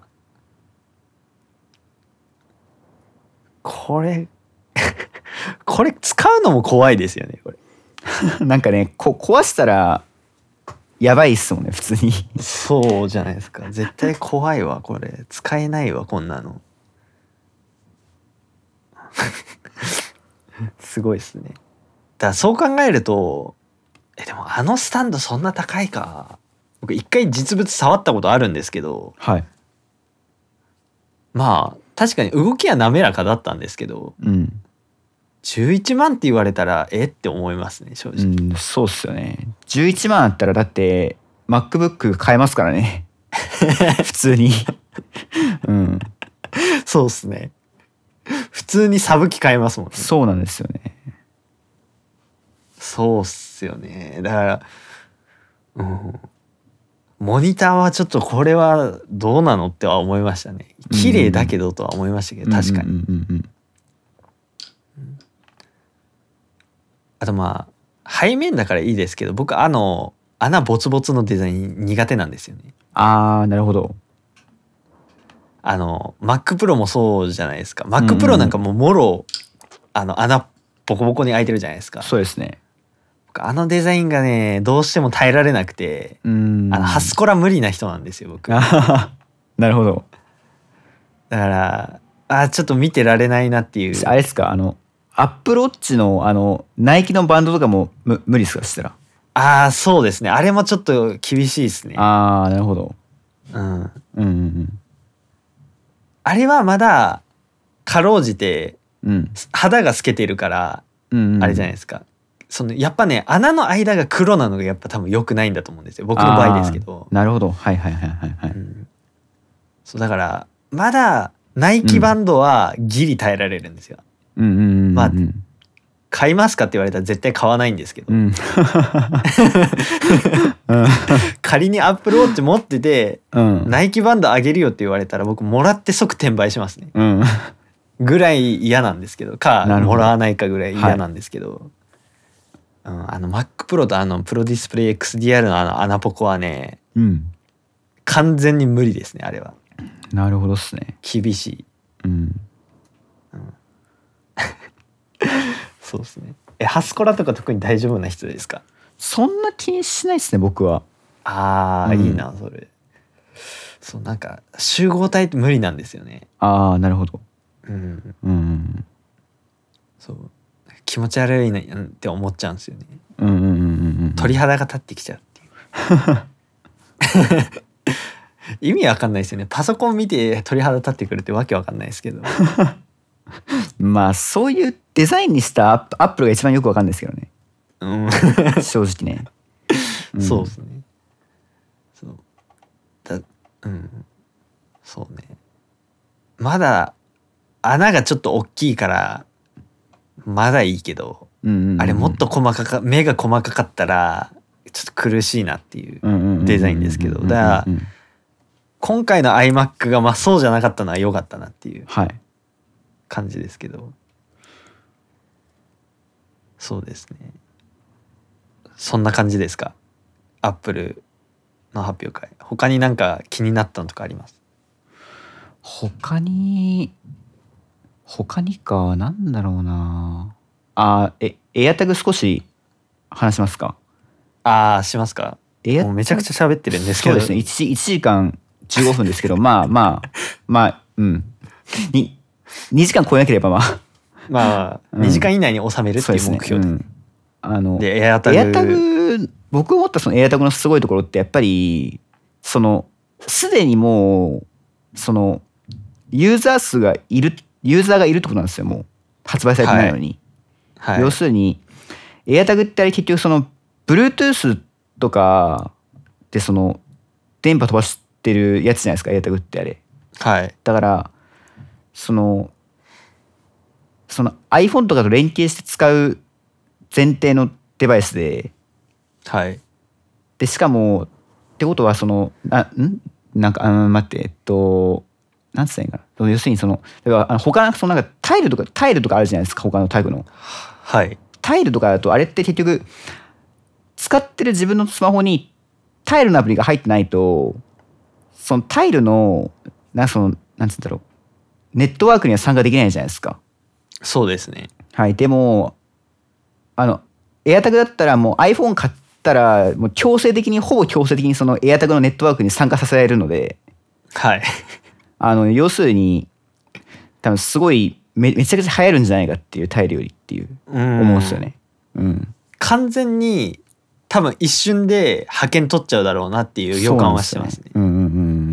これこれ使うのも怖いですよねこれ。 なんかねこ壊したらやばいっすもんね普通に。 そうじゃないですか、絶対怖いわこれ、使えないわこんなの。すごいっすね。だからそう考えると、えでもあのスタンドそんな高いか。僕一回実物触ったことあるんですけど、はい、まあ確かに動きは滑らかだったんですけど、うん、じゅういちまんって言われたらえって思いますね正直。 うん、そうっすよね。じゅういちまんあったらだって MacBook 買えますからね。普通に。 うん。そうっすね。普通にサブ機買えますもんね。 そうなんですよね。 そうっすよね。だから、うん、モニターはちょっとこれはどうなのっては思いましたね。綺麗だけどとは思いましたけど、確かに。あとまあ背面だからいいですけど、僕あの穴ボツボツのデザイン苦手なんですよね。 あーなるほど。 あの Mac Pro もそうじゃないですか。 Mac Pro なんかもうもろあの穴ボコボコに開いてるじゃないですか。 そうですね。 あのデザインがねどうしても耐えられなくて、あのハスコラ無理な人なんですよ僕。 なるほど。 だからあちょっと見てられないなっていう。 あれですか、あのアップルウォッチのあのナイキのバンドとかもむ無理ですかしたら。 ああそうですね、あれもちょっと厳しいですね。 ああなるほど。 うん、うんうんうんあれはまだかろうじて肌が透けてるからあれじゃないですか。そのやっぱね穴の間が黒なのがやっぱ多分良くないんだと思うんですよ、僕の場合ですけど。 なるほど、はいはいはいはいはい、うん、 そうだからまだナイキバンドはギリ耐えられるんですよ。まあ買いますかって言われたら絶対買わないんですけど、うん、仮にアップルウォッチ持ってて、うん、ナイキバンドあげるよって言われたら僕もらって即転売しますね、うん、ぐらい嫌なんですけど、かもらわないかぐらい嫌なんですけど、はい、うん、あの Mac Pro とあのプロディスプレイ エックスディーアール のあの穴ポコはね、うん、完全に無理ですねあれは。 なるほどっすね。 厳しい。うん、うん、そうですね。えハスコラとか特に大丈夫な人ですか？ そんな気にしないですね僕は。 ああ、うん、いいなそれ。そうなんか集合体って無理なんですよね。 ああなるほど。 うんうん。そう気持ち悪いなって思っちゃうんですよね。うんうんうんうん。鳥肌が立ってきちゃうっていう。意味わかんないですよね。パソコン見て鳥肌立ってくるってわけわかんないですけど。 まあそういうデザインにしたアップルが一番よくわかんないですけどね。うん、正直ね。 うん、そうですね。そうだうんそうね。 まだ穴がちょっと大きいからまだいいけど、 うんうんうん、 あれもっと細かか目が細かかったらちょっと苦しいなっていうデザインですけど、だから今回の iMac がまあそうじゃなかったのは良かったなっていう感じですけど、はい、そうですね。そんな感じですか、アップルの発表会。他になんか気になったのとかあります？ 他に他にか、なんだろうなあ。えエアタグ少し話しますか？ ああ、しますか。もうめちゃくちゃ喋ってるんですけど。 そうですね。いち, いちじかんじゅうごふんですけどまあまあまあうんににじかん超えなければまあまあ、うん、にじかん以内に収めるっていう目標で、ね、うん、 あのでエアタグエアタグ僕思ったそのエアタグのすごいところってやっぱりそのすでにもうそのユーザー数がいるユーザーがいるってことなんですよ。もう発売されてないのに、はいはい、要するにエアタグってあれ結局その Bluetooth とかでその電波飛ばしてるやつじゃないですか、エアタグってあれ、 はい、 だからそのその iPhone とかと連携して使う前提のデバイスで、 はい、 でしかもってことはそのあんなんかあの待ってえっとなんつったらいいかな、要するにその例えばあの他のそのなんかタイルとかタイルとかあるじゃないですか、他のタイプの、 はい、 タイルとかだとあれって結局使ってる自分のスマホにタイルのアプリが入ってないとそのタイルのなんそのなんつうんだろうネットワークには参加できないじゃないですか。 そうですね。 はい。でもあのエアタグだったらもう iPhone 買ったらもう強制的にほぼ強制的にそのエアタグのネットワークに参加させられるので、 はい。 あの要するに多分すごい め, めちゃくちゃ流行るんじゃないかっていうタイルよりっていう思うんですよね。うん。 完全に多分一瞬で派遣取っちゃうだろうなっていう予感はしてますね。 うんうんうんうん。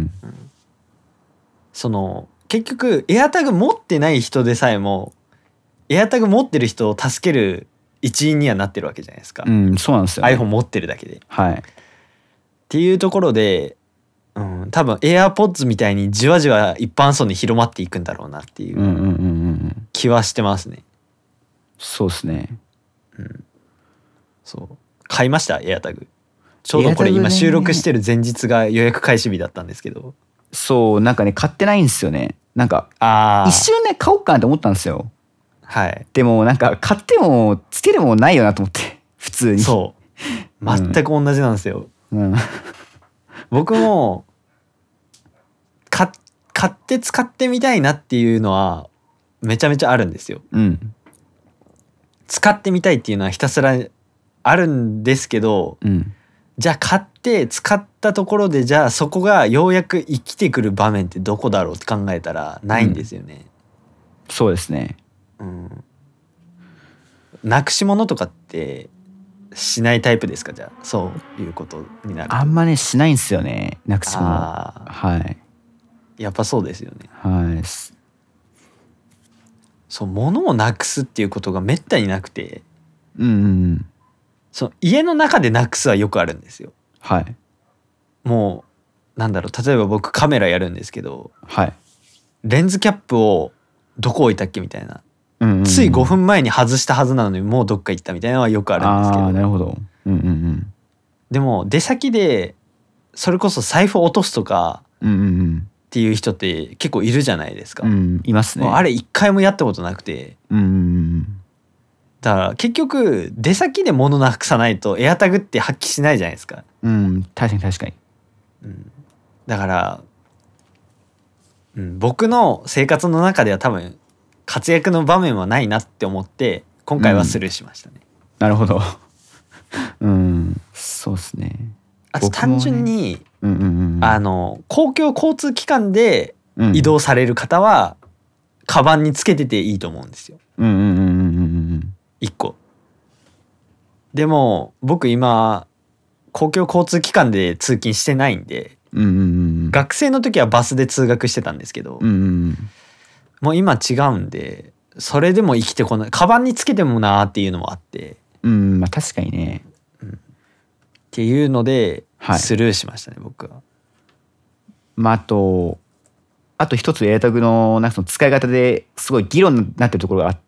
その結局エアタグ持ってない人でさえもエアタグ持ってる人を助ける一員にはなってるわけじゃないですか。 うん、そうなんですよ、ね。 iPhone 持ってるだけで。 はい。 っていうところで、うん、多分 AirPods みたいにじわじわ一般層に広まっていくんだろうなっていう気はしてますね。 そうですね。 うん。そう買いました AirTag。ちょうどこれ今収録してる前日が予約開始日だったんですけど。 そうなんかね買ってないんですよね。なんか一瞬ね買おうかなって思ったんですよ。 はい。 でもなんか買ってもつけるもんないよなと思って普通に。 そう全く同じなんですよ。 うん、 僕も買って使ってみたいなっていうのはめちゃめちゃあるんですよ。 うん、 使ってみたいっていうのはひたすらあるんですけど、 うん、 じゃあ買って使ったところでじゃあそこがようやく生きてくる場面ってどこだろうって考えたらないんですよね。 うん、そうですね。 うん、なくし物とかってしないタイプですか？じゃあそういうことになると。 あんまねしないんですよね、なくし物。はい。 やっぱそうですよね。 はい。 そう物をなくすっていうことがめったになくて、 うんうんうん、 その家の中でなくすはよくあるんですよ。 はい。 もうなんだろう、例えば僕カメラやるんですけど、 はい。 レンズキャップをどこ置いたっけみたいな、 うんうんうん、 ついごふんまえに外したはずなのにもうどっか行ったみたいなのはよくあるんですけど。 あー、なるほど。うんうんうん、 でも出先でそれこそ財布を落とすとかっていう人って結構いるじゃないですか。 うん、いますね。 あれ一回もやったことなくて、 うんうんうん、 だから結局出先で物なくさないとエアタグって発揮しないじゃないですか。 うん、確かに確かに。 うん、だから、うん、僕の生活の中では多分活躍の場面はないなって思って今回はスルーしましたね。うん、 なるほど。うん、そうですね。 あと単純に、 ね、うんうんうん、 あの公共交通機関で移動される方は、うん、カバンにつけてていいと思うんですよ。 うんうんうんうんうん、 いっこ。でも僕今公共交通機関で通勤してないんで、 うんうんうん、 学生の時はバスで通学してたんですけど、 うんうん、 もう今違うんでそれでも生きてこない、カバンにつけてもなーっていうのもあって、 うん、まあ確かにね、 うん、っていうので、 はい、 スルーしましたね僕は。 まああとあと一つ AirTag のなんかその使い方ですごい議論になってるところがあって、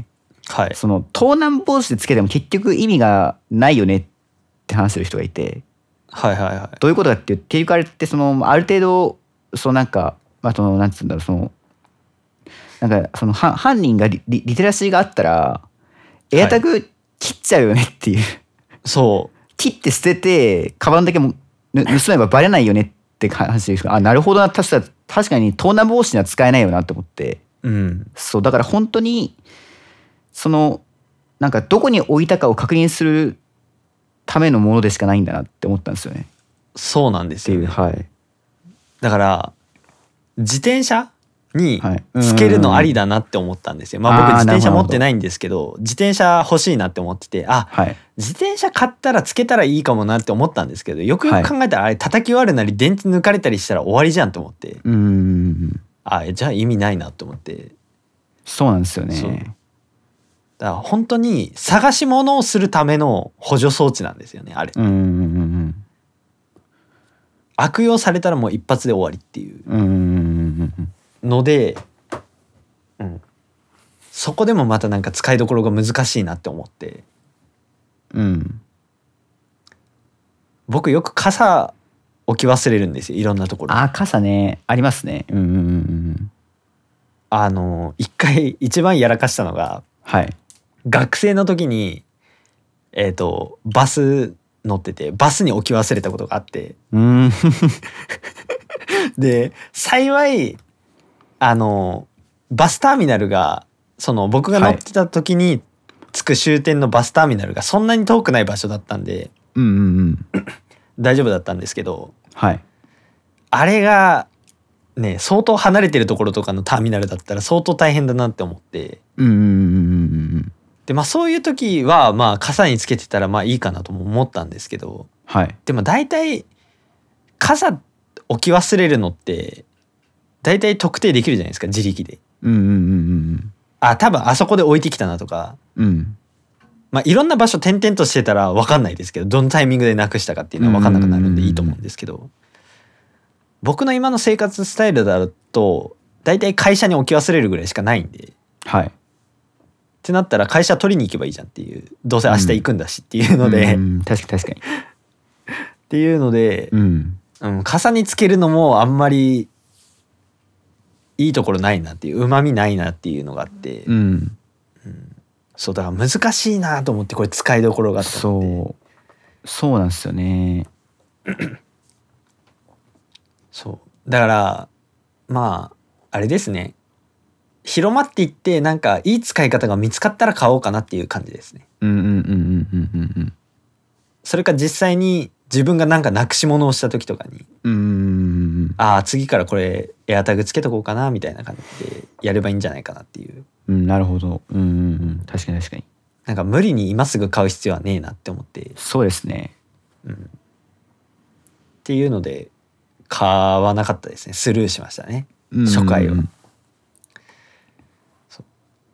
はい、 その盗難防止でつけても結局意味がないよねって話してる人がいて、 はいはいはい。 どういうことかっていう結局あれってそのある程度そのなんかまあそのなんつうんだろうそのなんかそのは犯人が リ, リ, リテラシーがあったらエアタグ切っちゃうよねっていう、はい、 そう切って捨ててカバンだけも盗めばバレないよねって話ですが、あなるほどな、確か確かに盗難防止には使えないよなと思って、 うん、 そうだから本当にそのなんかどこに置いたかを確認するためのものでしかないんだなって思ったんですよね。 そうなんですよね。 はい、 だから自転車につけるのありだなって思ったんですよ。まあ僕自転車持ってないんですけど、自転車欲しいなって思ってて、あ、はい、自転車買ったらつけたらいいかもなって思ったんですけど、よくよく考えたらあれ叩き割るなり電池抜かれたりしたら終わりじゃんと思って、 うーん、 あ、じゃあ意味ないなと思って。 そうなんですよね。 だから本当に探し物をするための補助装置なんですよね、あれ。 うんうんうん、 悪用されたらもう一発で終わりっていうので、うん、そこでもまたなんか使いどころが難しいなって思って、 うん、 僕よく傘置き忘れるんですよ、いろんなところ。 あ、傘ね、ありますね。うんうんうん、 あの一回一番やらかしたのが、 はい、 学生の時にえっとバス乗っててバスに置き忘れたことがあって、 うんで幸いあのバスターミナルがその僕が乗ってた時に着く終点のバスターミナルがそんなに遠くない場所だったんで、 うんうんうん、 大丈夫だったんですけど、 はい、 あれがね相当離れてるところとかのターミナルだったら相当大変だなって思って、 うんうんうんうん、 でまあそういう時はまあ傘につけてたらまあいいかなとも思ったんですけど、 はい、 でも大体傘置き忘れるのって大体特定できるじゃないですか、自力で。 うんうんうんうん、 あ、多分あそこで置いてきたなとか、 うん、 まあいろんな場所点々としてたら分かんないですけど、どのタイミングでなくしたかっていうのは分かんなくなるんでいいと思うんですけど、僕の今の生活スタイルだと大体会社に置き忘れるぐらいしかないんで、 はい、 ってなったら会社取りに行けばいいじゃんっていう、どうせ明日行くんだしっていうので、 うんうん、確かに確かにっていうので、 うんうん、傘につけるのもあんまりいいところないなっていう、旨味ないなっていうのがあって、 うん、 うん、そうだから難しいなと思って、これ使いどころがあったので。 そうそうなんですよねそうだからまああれですね、広まっていってなんかいい使い方が見つかったら買おうかなっていう感じですね。 うんうんうんうんうんうん。 それか実際に自分がなんかなくし物をした時とかに、 うん、 ああ次からこれエアタグつけとこうかなみたいな感じでやればいいんじゃないかなっていう。 うん、なるほど。うんうんうん、確かに確かに。 なんか無理に今すぐ買う必要はねえなって思って。 そうですね。 うん。っていうので買わなかったですね。スルーしましたね。初回は。そう。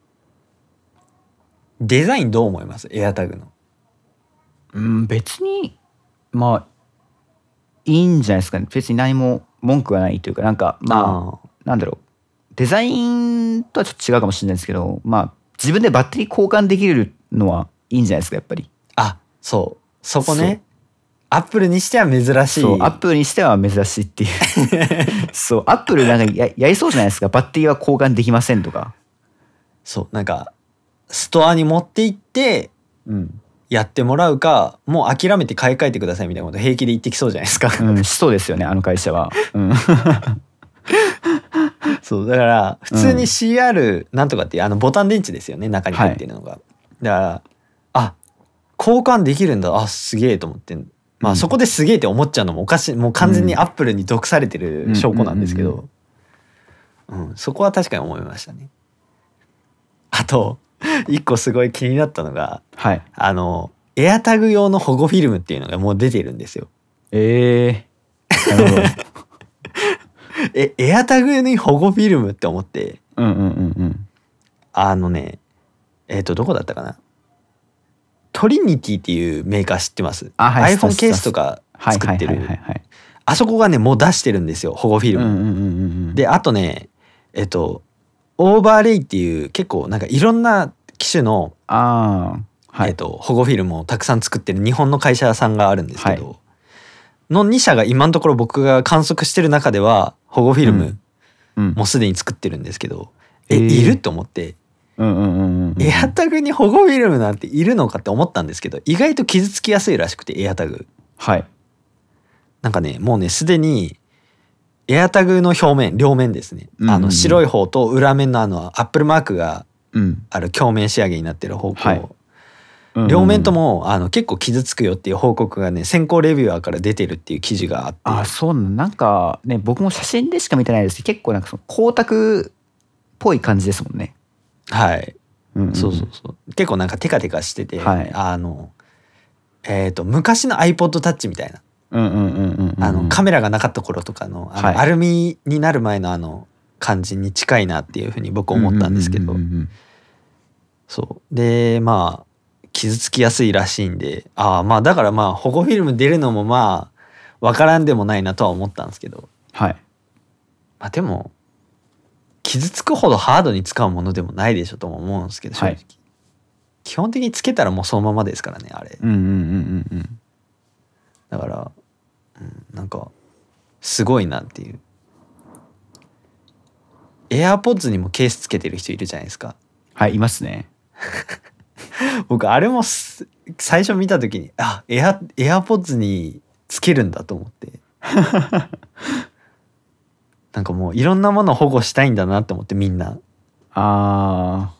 デザインどう思います？エアタグの。 うん、別にまあいいんじゃないですかね。別に何も文句はないというか、なんかまあなんだろう、デザインとはちょっと違うかもしれないですけど、まあ自分でバッテリー交換できるのはいいんじゃないですか、やっぱり。 あ、そうそこね。アップルにしては珍しい。 そう、アップルにしては珍しいっていうそう、アップルなんか や, やりそうじゃないですか、バッテリーは交換できませんとか。 そう、なんかストアに持って行ってやってもらうか、うん、もう諦めて買い替えてくださいみたいなこと平気で言ってきそうじゃないですかうん、しそうですよね、あの会社は、うん、 そうだから普通に シーアール なんとかっていうあのボタン電池ですよね、中に入ってるのが、はい、だからあ交換できるんだ、あすげえと思って、まあそこですげえって思っちゃうのもおかしい、もう完全にアップルに毒されてる証拠なんですけど、うんそこは確かに思いましたね。あと一個すごい気になったのが、はい、あのエアタグ用の保護フィルムっていうのがもう出てるんですよ。 えー、なるほどえエアタグに保護フィルムって思って、 うんうんうんうん、 あのねえっとどこだったかな、トリニティっていうメーカー知ってます？ あ、はい、 iPhone ケースとか作ってる。 あそこがねもう出してるんですよ保護フィルム、 うんうんうんうん、 であとねえっとオーバーレイっていう結構なんかいろんな機種のあ、はい、 えっと保護フィルムをたくさん作ってる日本の会社さんがあるんですけど、 はい、 のに社が今のところ僕が観測してる中では保護フィルムもうすでに作ってるんですけど、うんうん、えいると思って、うんうんうんうん、エアタグに保護フィルムなんているのかって思ったんですけど意外と傷つきやすいらしくてエアタグ、 はい、 なんかねもうねすでにエアタグの表面両面ですね、うんうんうん、あの白い方と裏面のあのアップルマークがある鏡面仕上げになってる方向、はい、うんうん、両面ともあの結構傷つくよっていう報告がね先行レビュアーから出てるっていう記事があって、 あ、そうなんかね僕も写真でしか見てないですけど結構なんかその光沢っぽい感じですもんね。 はい、うんうん、そうそうそう結構なんかテカテカしてて、はい、あのえっと昔の iPod Touch みたいな、あのカメラがなかった頃とかの、あの、はい、アルミになる前のあの感じに近いなっていうふうに僕思ったんですけど、そうでまあ傷つきやすいらしいんで、ああまあだからまあ保護フィルム出るのもまあ分からんでもないなとは思ったんですけど、 はい、 まあでも傷つくほどハードに使うものでもないでしょとも思うんですけど、正直、はい、基本的につけたらもうそのままですからねあれ、うんうんうんうん、だから、うん、なんかすごいなっていう。AirPods にもケースつけてる人いるじゃないですか。 はい、いますね。 僕あれも最初見た時にあエア AirPods につけるんだと思ってなんかもういろんなものを保護したいんだなって思ってみんな。 あ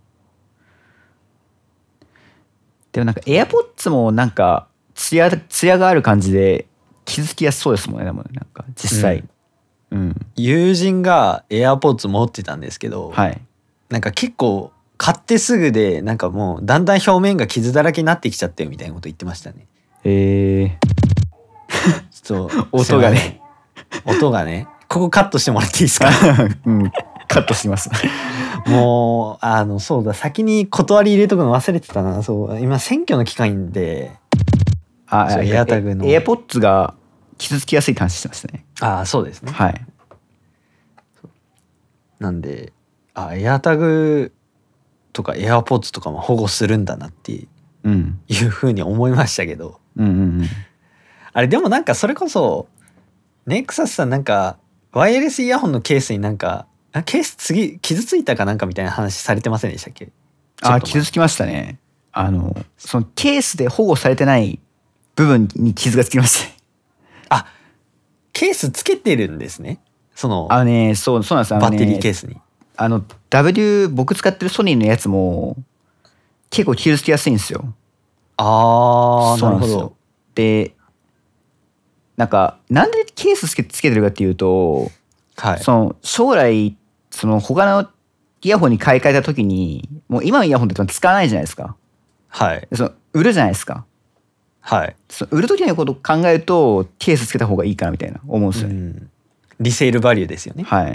でもなんか AirPods もなんかツヤツヤがある感じで傷つきやすそうですもんね。でもなんか実際、 うんうん、友人が AirPods 持ってたんですけど、 はい、なんか結構買ってすぐでなんかもうだんだん表面が傷だらけになってきちゃってるみたいなこと言ってましたね。 へえちょっと音がね音がねここカットしてもらっていいですか、 うん、カットしますもうあのそうだ先に断り入れとくの忘れてたな。そう今選挙の期間で、 あエアタグの AirPods が傷つきやすいって話してましたね。 ああそうですね、 はい、 なんであエアタグとか AirPods とかも保護するんだなっていうふうに思いましたけど、 うんうんうん、 あれでもなんかそれこそネクサスさんなんかワイヤレスイヤホンのケースになんかあケース次傷ついたかなんかみたいな話されてませんでしたっけ？ あ、傷つきましたね。あのそのケースで保護されてない部分に傷がつきました。 あ、ケースつけてるんですね。そのあのね、そうそうなんです。あのね、 バッテリーケースに。 あの W 僕使ってるソニーのやつも結構傷つきやすいんですよ。 ああ、なるほど。 で、なんかなんでケースつけつけてるかっていうと、はい、その将来その他のイヤホンに買い替えた時にもう今のイヤホンって使わないじゃないですか。 はい。 その売るじゃないですか。 はい。 その売る時のことを考えるとケースつけた方がいいかなみたいな思うんですよね。うん、 リセールバリューですよね。 はい。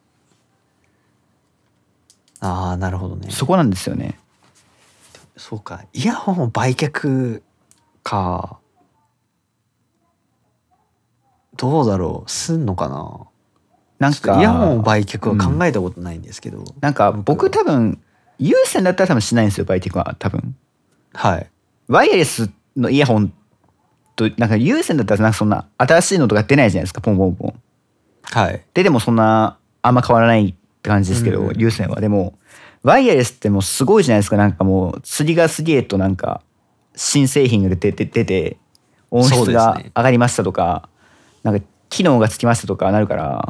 ああ、なるほどね。 そこなんですよね。 そうか、イヤホンを売却か。どうだろう、すんのかな。なんかイヤホンを売却は考えたことないんですけど、うん、 なんか僕多分有線だったら多分しないんですよ売却は多分。 はい。 ワイヤレスのイヤホンとなんか有線だったらなんかそんな新しいのとか出ないじゃないですか、ポンポンポン。 はい。 ででもそんなあんま変わらないって感じですけど、うん、有線はでもワイヤレスってもうすごいじゃないですか。なんかもう次がすげえとなんか新製品が出て出て音質が上がりましたとか、ね、なんか機能がつきましたとかなるから、うん、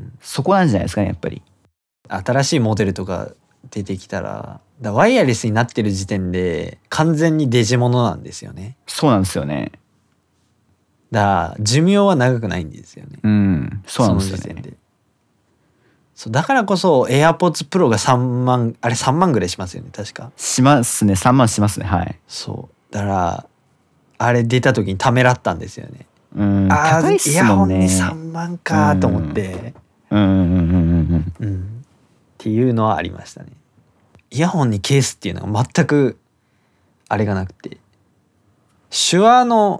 そこなんじゃないですかねやっぱり。 新しいモデルとか出てきたら、だワイヤレスになってる時点で完全にデジモノなんですよね。 そうなんですよね。 だから寿命は長くないんですよね。 うん、そうなんですよね。 その時点で。そうだからこそ AirPods Pro がさんまん、あれさんまんぐらいしますよね確か。 しますね、さんまんしますね。はい。 そうだからあれ出た時にためらったんですよね。 うん、 あ高いっすもんね。 イヤホンにさんまんかと思って、 うんうんうんうんうんうん、っていうのはありましたね。イヤホンにケースっていうのが全くあれがなくて、手話の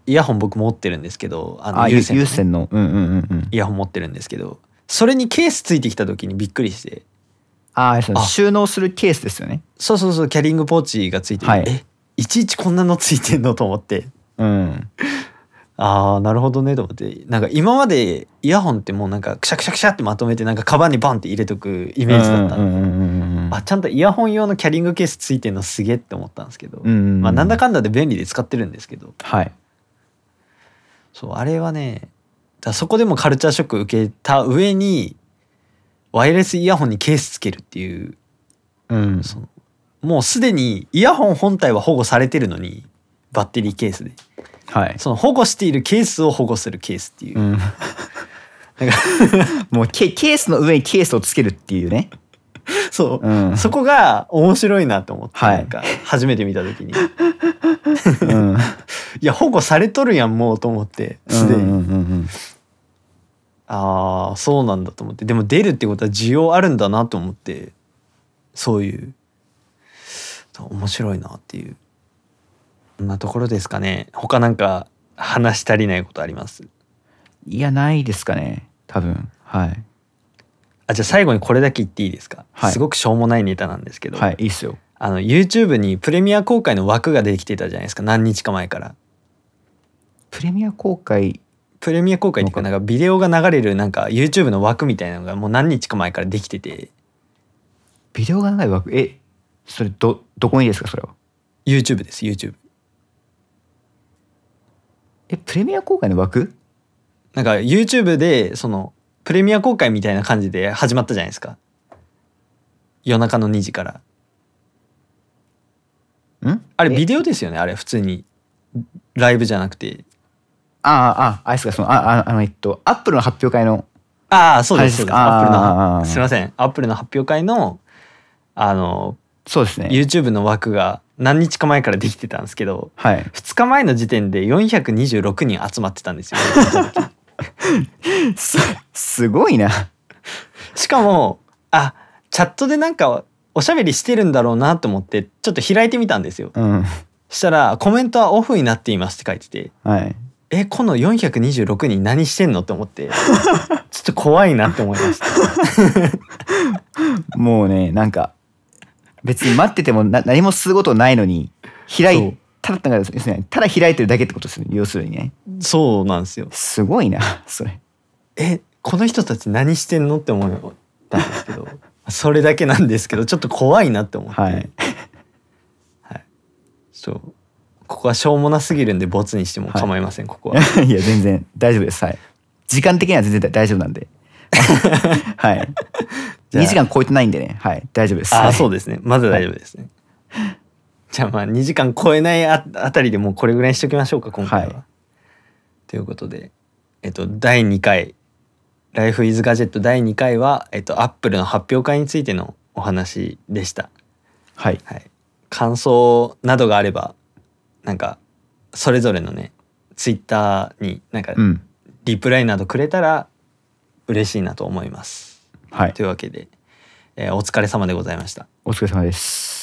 イヤホン僕持ってるんですけど、 あの有線の、ね、有線の、うんうんうんうん、 イヤホン持ってるんですけど、それにケースついてきた時にびっくりして、 ああ、収納するケースですよね。 そうそうそう、キャリングポーチがついてる、はい、えいちいちこんなのついてんのと思って、うん、ああなるほどねと思って、なんか今までイヤホンってもうなんかクシャクシャクシャってまとめてなんかカバンにバンって入れとくイメージだったんで、あちゃんとイヤホン用のキャリングケースついてんのすげえって思ったんですけど、うんうんうん、まあなんだかんだで便利で使ってるんですけど、 はい、 そうあれはね、だそこでもカルチャーショック受けた上にワイヤレスイヤホンにケースつけるっていう、うん、そのもうすでにイヤホン本体は保護されてるのにバッテリーケースで、はい、その保護しているケースを保護するケースっていう、うん、なんかもう ケ, ケースの上にケースをつけるっていうねそう、うん、そこが面白いなと思って、はい、なんか初めて見た時に、うん、いや保護されとるやんもうと思ってすでに、うんうんうんうん、ああそうなんだと思って、でも出るってことは需要あるんだなと思って、そういう面白いなっていう、こんなところですかね。他なんか話し足りないことあります？ いやないですかね多分。はい。 あじゃあ最後にこれだけ言っていいですか、はい、すごくしょうもないネタなんですけど、 はいいいっすよ。 あの YouTube にプレミア公開の枠ができてたじゃないですか、何日か前から。 プレミア公開プレミア公開っていうかなんかビデオが流れるなんか YouTube の枠みたいなのがもう何日か前からできてて。 ビデオが流れる枠、えそれどどこにですかそれは。 YouTube です YouTube。 えプレミア公開の枠なんか YouTube でそのプレミア公開みたいな感じで始まったじゃないですか、夜中のにじから。 んあれビデオですよね、あれ普通にライブじゃなくて。 ああああれですか、そのああのえっとアップルの発表会の。 ああそうですそうです、アップルのすいませんアップルの発表会のあのそうですね YouTube の枠が何日か前からできてたんですけど、 はい、 ふつかまえの時点でよんひゃくにじゅうろくにん集まってたんですよす, すごいな。 しかもあチャットでなんかおしゃべりしてるんだろうなと思ってちょっと開いてみたんですよ、うん、したらコメントはオフになっていますって書いてて、はい、えこのよんひゃくにじゅうろくにん何してんのって思ってちょっと怖いなって思いましたもうねなんか別に待っててもな何もすることないのに開いただですね、ただ開いてるだけってことですね、要するにね。 そうなんですよ。すごいなそれ。 えこの人たち何してんのって思ったんですけどそれだけなんですけどちょっと怖いなって思って、はいはい、そうここはしょうもなすぎるんでボツにしても構いません、はい、ここは。 いや全然大丈夫です。はい。時間的には全然大丈夫なんではい。にじかん超えてないんでね、はい大丈夫です。 あ、はい、そうですね、まず大丈夫ですね、はい、じゃあまあにじかん超えない あ, あたりでもうこれぐらいにしときましょうか今回は、はい、ということでえっとだいにかいライフイズガジェットだいにかいはえっとアップルの発表会についてのお話でした。 はい、 はい、感想などがあればなんかそれぞれのねツイッターになんかリプライなどくれたら嬉しいなと思います、 はい、 というわけで、えー、お疲れ様でございました。 お疲れ様です。